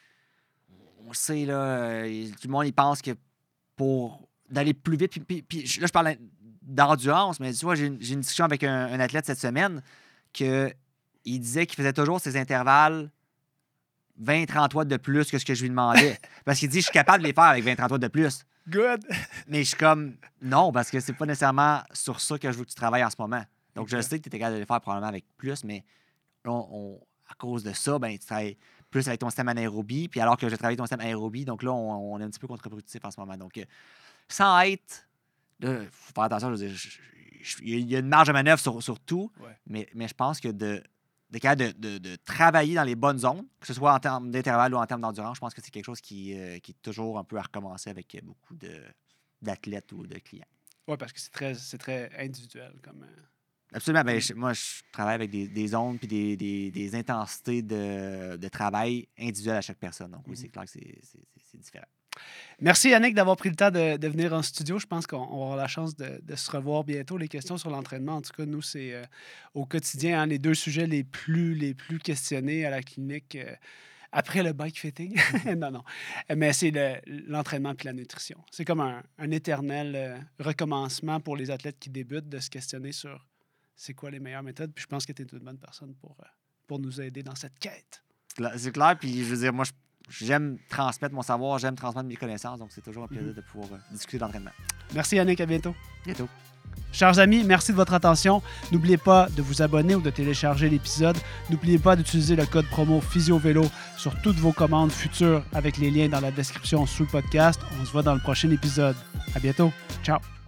on le sait, là, tout le monde, il pense que pour d'aller plus vite, puis, puis, puis là, je parle d'endurance, mais tu vois, j'ai, j'ai une discussion avec un, un athlète cette semaine que il disait qu'il faisait toujours ses intervalles vingt à trente watts de plus que ce que je lui demandais. Parce qu'il dit, je suis capable de les faire avec vingt à trente watts de plus. Good! Mais je suis comme, non, parce que c'est pas nécessairement sur ça que je veux que tu travailles en ce moment. Donc, okay. Je sais que tu étais capable de les faire probablement avec plus, mais on, on, à cause de ça, ben, tu travailles plus avec ton système anaérobie. Puis alors que je travaille ton système aérobie, donc là, on, on est un petit peu contre-productif en ce moment. Donc, euh, sans être... Il faut faire attention, je veux dire, il y a une marge de manœuvre sur, sur tout, ouais. mais, mais je pense que de... de, de, de, de travailler dans les bonnes zones, que ce soit en termes d'intervalle ou en termes d'endurance, je pense que c'est quelque chose qui, euh, qui est toujours un peu à recommencer avec beaucoup de, d'athlètes ou de clients. Oui, parce que c'est très, c'est très individuel. Comme, euh... Absolument. Ben, je, moi, je travaille avec des, des zones et des, des, des intensités de, de travail individuelles à chaque personne. Donc, oui, mm-hmm. c'est clair que c'est, c'est, c'est, c'est différent. Merci Yannick d'avoir pris le temps de, de venir en studio. Je pense qu'on va avoir la chance de, de se revoir bientôt. Les questions sur l'entraînement, en tout cas, nous, c'est euh, au quotidien hein, les deux sujets les plus, les plus questionnés à la clinique euh, après le bike fitting. non, non. Mais c'est le, l'entraînement et la nutrition. C'est comme un, un éternel euh, recommencement pour les athlètes qui débutent de se questionner sur c'est quoi les meilleures méthodes. Puis je pense que tu es une bonne personne pour, euh, pour nous aider dans cette quête. C'est clair. Puis je veux dire, moi, je J'aime transmettre mon savoir, j'aime transmettre mes connaissances, donc c'est toujours un plaisir mm-hmm. de pouvoir euh, discuter d'entraînement. Merci Yannick, à bientôt. Bientôt. Chers amis, merci de votre attention. N'oubliez pas de vous abonner ou de télécharger l'épisode. N'oubliez pas d'utiliser le code promo PhysioVélo sur toutes vos commandes futures avec les liens dans la description sous le podcast. On se voit dans le prochain épisode. À bientôt. Ciao.